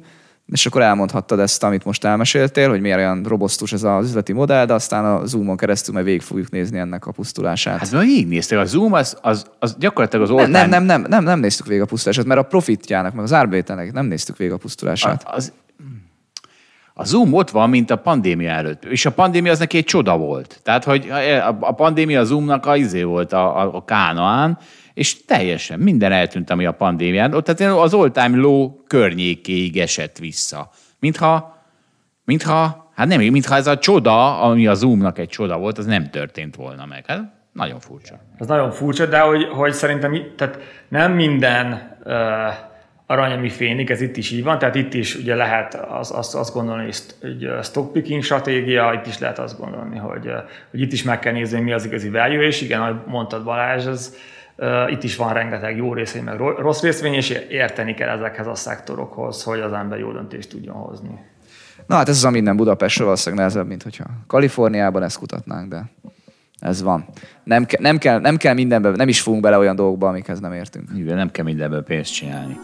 És akkor elmondhattad ezt, amit most elmeséltél, hogy miért olyan robosztus ez az üzleti modell, de aztán a Zoomon keresztül majd végig fogjuk nézni ennek a pusztulását. Hát majd így néztél, a Zoom az, az, az gyakorlatilag az all-time... Nem, nem, nem, nem, nem néztük végig a pusztulását, mert a profitjának, meg az árbevételnek nem néztük végig a pusztulását. A, az, a Zoom ott van, mint a pandémia előtt. És a pandémia az neki egy csoda volt. Tehát, hogy a pandémia a Zoomnak a izé volt, a, a, a Kánaán, és teljesen minden eltűnt, ami a pandémián. Ott tehát az all-time low környékéig esett vissza. Mintha, mintha, hát nem, mintha ez a csoda, ami a Zoomnak egy csoda volt, az nem történt volna meg. Hát nagyon furcsa. Ez nagyon furcsa, de hogy, hogy szerintem tehát nem minden uh, arany, ami fénylik, ez itt is így van, tehát itt is ugye lehet az, az, azt gondolni, hogy stock picking stratégia, itt is lehet azt gondolni, hogy, hogy itt is meg kell nézni, mi az igazi value, és igen, ahogy mondtad Balázs, ez Uh, itt is van rengeteg jó részvény, meg rossz részvény, és érteni kell ezekhez a szektorokhoz, hogy az ember jó döntést tudjon hozni. Na hát ez az a minden Budapestről valószínűleg nehezebb, mint hogyha Kaliforniában ezt kutatnánk, de ez van. Nem, ke- nem, kell, nem kell mindenben, nem is fogunk bele olyan dolgokba, amikhez nem értünk. Igen, nem kell mindenből pénzt csinálni.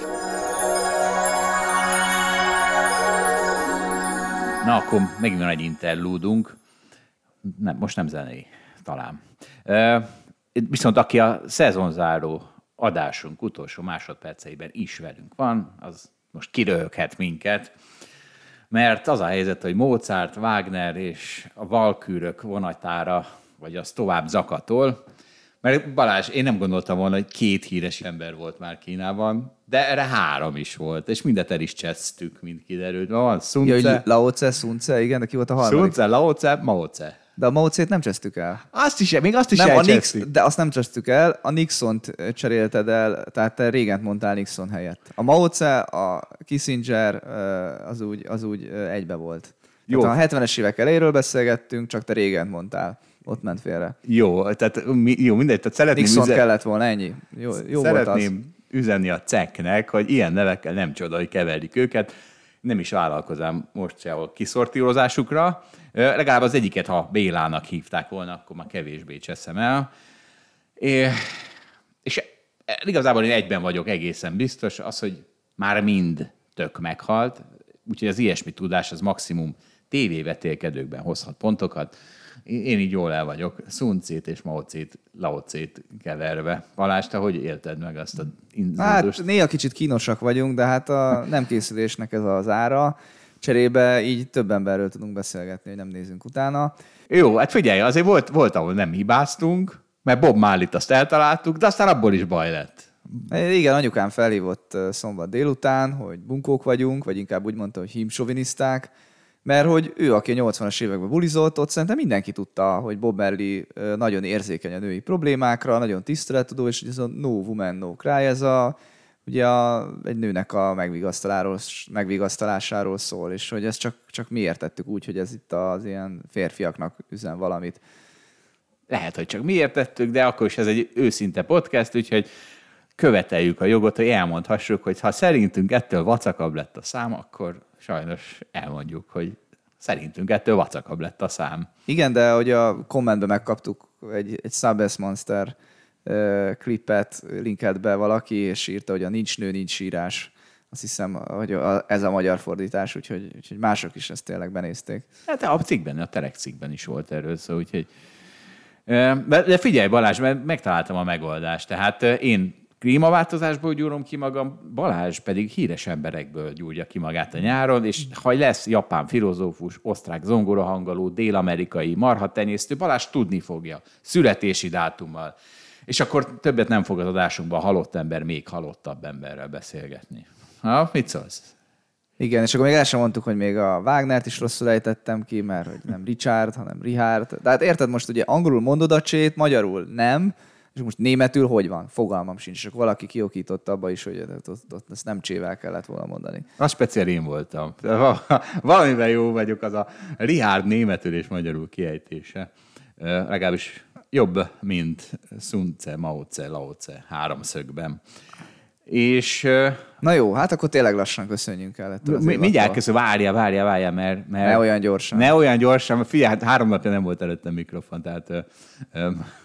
Na akkor megint van egy interlúdunk. Nem, most nem zenei, talán. Uh, Viszont aki a szezonzáró adásunk utolsó másodperceiben is velünk van, az most kiröhöghet minket, mert az a helyzet, hogy Mozart, Wagner és a Valkürök vonatára, vagy az tovább zakatol, mert Balázs, én nem gondoltam volna, hogy két híres ember volt már Kínában, de erre három is volt, és mindet el is csesztük, mint kiderült. Van Sun Tse. Ja, Lao Tse, Sun Tse, igen, de ki volt a harmadik? Sun Tse, Lao Tse, Mao Tse. De a Mao Tse-t nem csesztük el. Azt is, még azt is nem, a Nix, elcsesztük. de azt nem csesztük el, a Nixont cserélted el, tehát te régen mondtál Nixon helyett. A Mao Tse, a Kissinger az úgy, az úgy egybe volt. Jó. Tehát a hetvenes évek elejéről beszélgettünk, csak te régen mondtál. Ott ment félre. Jó, tehát jó, mindegy. Tehát szeretném Nixon üzen... kellett volna, ennyi. Jó, jó szeretném volt az. üzenni a ceknek, hogy ilyen nevekkel nem csoda, hogy keverik őket. Nem is vállalkozám most se a kiszortírozásukra. Legalább az egyiket, ha Bélának hívták volna, akkor már kevésbé cseszem el. É, és igazából én egyben vagyok egészen biztos, az, hogy már mind tök meghalt, úgyhogy az ilyesmi tudás az maximum tévévetélkedőkben hozhat pontokat. Én így jól el vagyok. Sun Tse-t és Mao Tse-t, Lao Tse-t keverve. Balázs, te hogy élted meg azt a indulust? Hát néha kicsit kínosak vagyunk, de hát a nem készülésnek ez az ára. Cserébe így több emberről tudunk beszélgetni, hogy nem nézünk utána. Jó, hát figyelj, azért volt, volt ahol nem hibáztunk, mert Bob Marley-t azt eltaláltuk, de aztán abból is baj lett. Igen, anyukám felhívott szombat délután, hogy bunkók vagyunk, vagy inkább úgy mondta, hogy hímsoviniszták, mert hogy ő, aki a nyolcvanas években bulizott, ott szerintem mindenki tudta, hogy Bob Marley nagyon érzékeny a női problémákra, nagyon tisztelettudó, és ez a no woman, no cry, ez a, ugye a, egy nőnek a megvigasztalásáról szól, és hogy ezt csak, csak mi értettük úgy, hogy ez itt az ilyen férfiaknak üzen valamit. Lehet, hogy csak mi értettük, de akkor is ez egy őszinte podcast, úgyhogy követeljük a jogot, hogy elmondhassuk, hogy ha szerintünk ettől vacakabb lett a szám, akkor sajnos elmondjuk, hogy szerintünk ettől vacakabb lett a szám. Igen, de hogy a kommentben megkaptuk egy, egy Subway Monster uh, klipet, linkelt be valaki, és írta, hogy a nincs nő, nincs sírás. Azt hiszem, hogy a, ez a magyar fordítás, úgyhogy, úgyhogy mások is ezt tényleg benézték. Hát a cikkben, a Terek cikkben is volt erről szó, úgyhogy... De figyelj Balázs, mert megtaláltam a megoldást. Tehát én klímaváltozásból gyúrom ki magam, Balázs pedig híres emberekből gyúrja ki magát a nyáron, és ha lesz japán filozófus, osztrák zongorahangoló, dél-amerikai marhatenyésztő, Balázs tudni fogja, születési dátummal. És akkor többet nem fog az adásunkban halott ember, még halottabb emberrel beszélgetni. Ha, mit szólsz? Igen, és akkor még el sem mondtuk, hogy még a Wagnert is rosszul ejtettem ki, mert hogy nem Richard, hanem Richard. De hát érted, most ugye angolul mondod a csét, magyarul nem, és most németül hogy van? Fogalmam sincs. És akkor valaki kiokított abba is, hogy ott, ott ezt nem csével kellett volna mondani. A speciál én voltam. Valamivel jó vagyok, az a Richard németül és magyarul kiejtése. Legalábbis jobb, mint Sun Tse, Mao Tse, Lao Tse háromszögben. És... Na jó, hát akkor tényleg lassan köszönjünk el. Mi, mindjárt köszönöm, várja, várja, várja, mert, mert... Ne olyan gyorsan. Ne olyan gyorsan, mert figyelj, hát három napja nem volt előttem mikrofon, tehát ö, ö,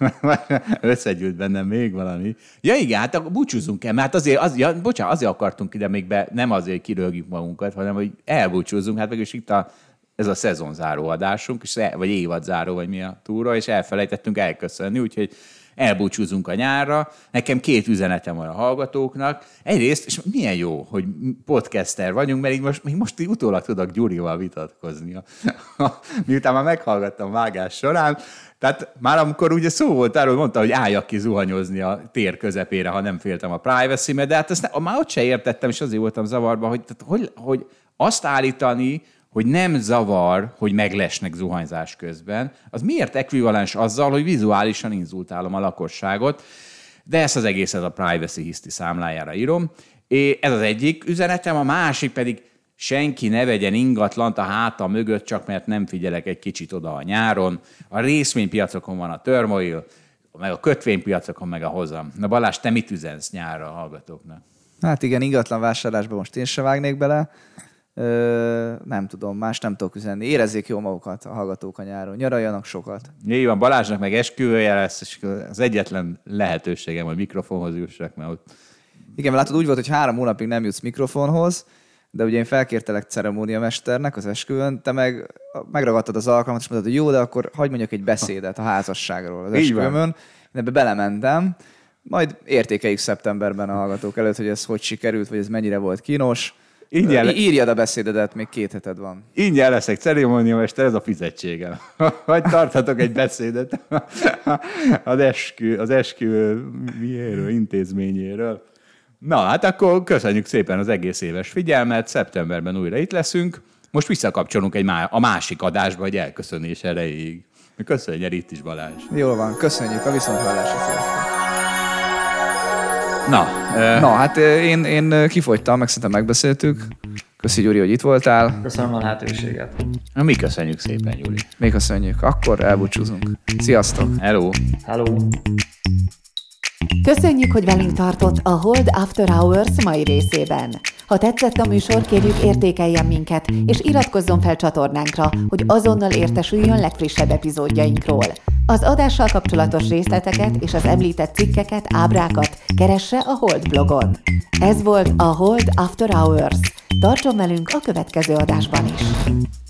összegyűlt bennem még valami. Ja igen, hát akkor búcsúzzunk el, mert azért, az, ja, bocsánat, azért akartunk ide még be, nem azért kirögjük magunkat, hanem hogy elbúcsúzzunk, hát mégis itt a, ez a szezonzáró adásunk, és el, vagy évadzáró, vagy mi a túra, és elfelejtettünk elköszönni, úgyhogy elbúcsúzunk a nyárra. Nekem két üzenetem van a hallgatóknak. Egyrészt, és milyen jó, hogy podcaster vagyunk, mert így most, még most így utólag tudok Gyurival vitatkozni. Miután már meghallgattam vágás során, tehát már amikor ugye szó volt arról, mondta, hogy álljak ki zuhanyozni a tér közepére, ha nem féltem a privacy-me, de hát ezt ne, már ott se értettem, és azért voltam zavarban, hogy, tehát, hogy, hogy azt állítani, hogy nem zavar, hogy meglesnek zuhanyzás közben, az miért ekvivalens azzal, hogy vizuálisan inzultálom a lakosságot, de ezt az egészet a privacy hiszti számlájára írom. És ez az egyik üzenetem, a másik pedig senki ne vegyen ingatlant a háta mögött, csak mert nem figyelek egy kicsit oda a nyáron. A részvénypiacokon van a turmoil, meg a kötvénypiacokon meg a hozam. Na Balázs, te mit üzensz nyárra a hallgatóknak? Hát igen, ingatlan vásárlásba most én se vágnék bele. Ö, nem tudom, más nem tudok üzenni. Érezzék jól magukat a hallgatók a nyáron. Nyaraljanak sokat. Így van, Balázsnak meg esküvője lesz, és az egyetlen lehetőségem, hogy mikrofonhoz jussak, mert ott... Igen, mert látod, úgy volt, hogy három hónapig nem jutsz mikrofonhoz, de ugye én felkértelek ceremóniamesternek az esküvőn, te meg megragadtad az alkalmat, és mondtad, hogy jó, de akkor hagyd mondjak egy beszédet a házasságról az esküvőmön. Én ebbe belementem, majd értékeljük szeptemberben a hallgatók előtt, hogy ez hogy sikerült, vagy ez mennyire volt kínos. Ingyen... Írjad a beszédedet, még két heted van. Ingyen leszek ceremóniamester, ez a fizetségem. Vagy tarthatok egy beszédet az eskü, az eskü miéről, intézményéről. Na, hát akkor köszönjük szépen az egész éves figyelmet, szeptemberben újra itt leszünk. Most visszakapcsolunk egy má- a másik adásba, egy elköszönés erejéig. Köszönjük itt is, Balázs. Jól van, köszönjük a viszonthallásra, sziasztok. Na, uh... Na, hát én, én kifogytam, meg szerintem megbeszéltük. Köszi, Gyuri, hogy itt voltál. Köszönöm a lehetőséget. Mi köszönjük szépen, Gyuri. Mi köszönjük. Akkor elbúcsúzunk. Sziasztok. Hello. Hello. Köszönjük, hogy velünk tartott a Hold After Hours mai részében. Ha tetszett a műsor, kérjük értékeljen minket, és iratkozzon fel csatornánkra, hogy azonnal értesüljön legfrissebb epizódjainkról. Az adással kapcsolatos részleteket és az említett cikkeket, ábrákat keresse a Hold blogon. Ez volt a Hold After Hours. Tartson velünk a következő adásban is!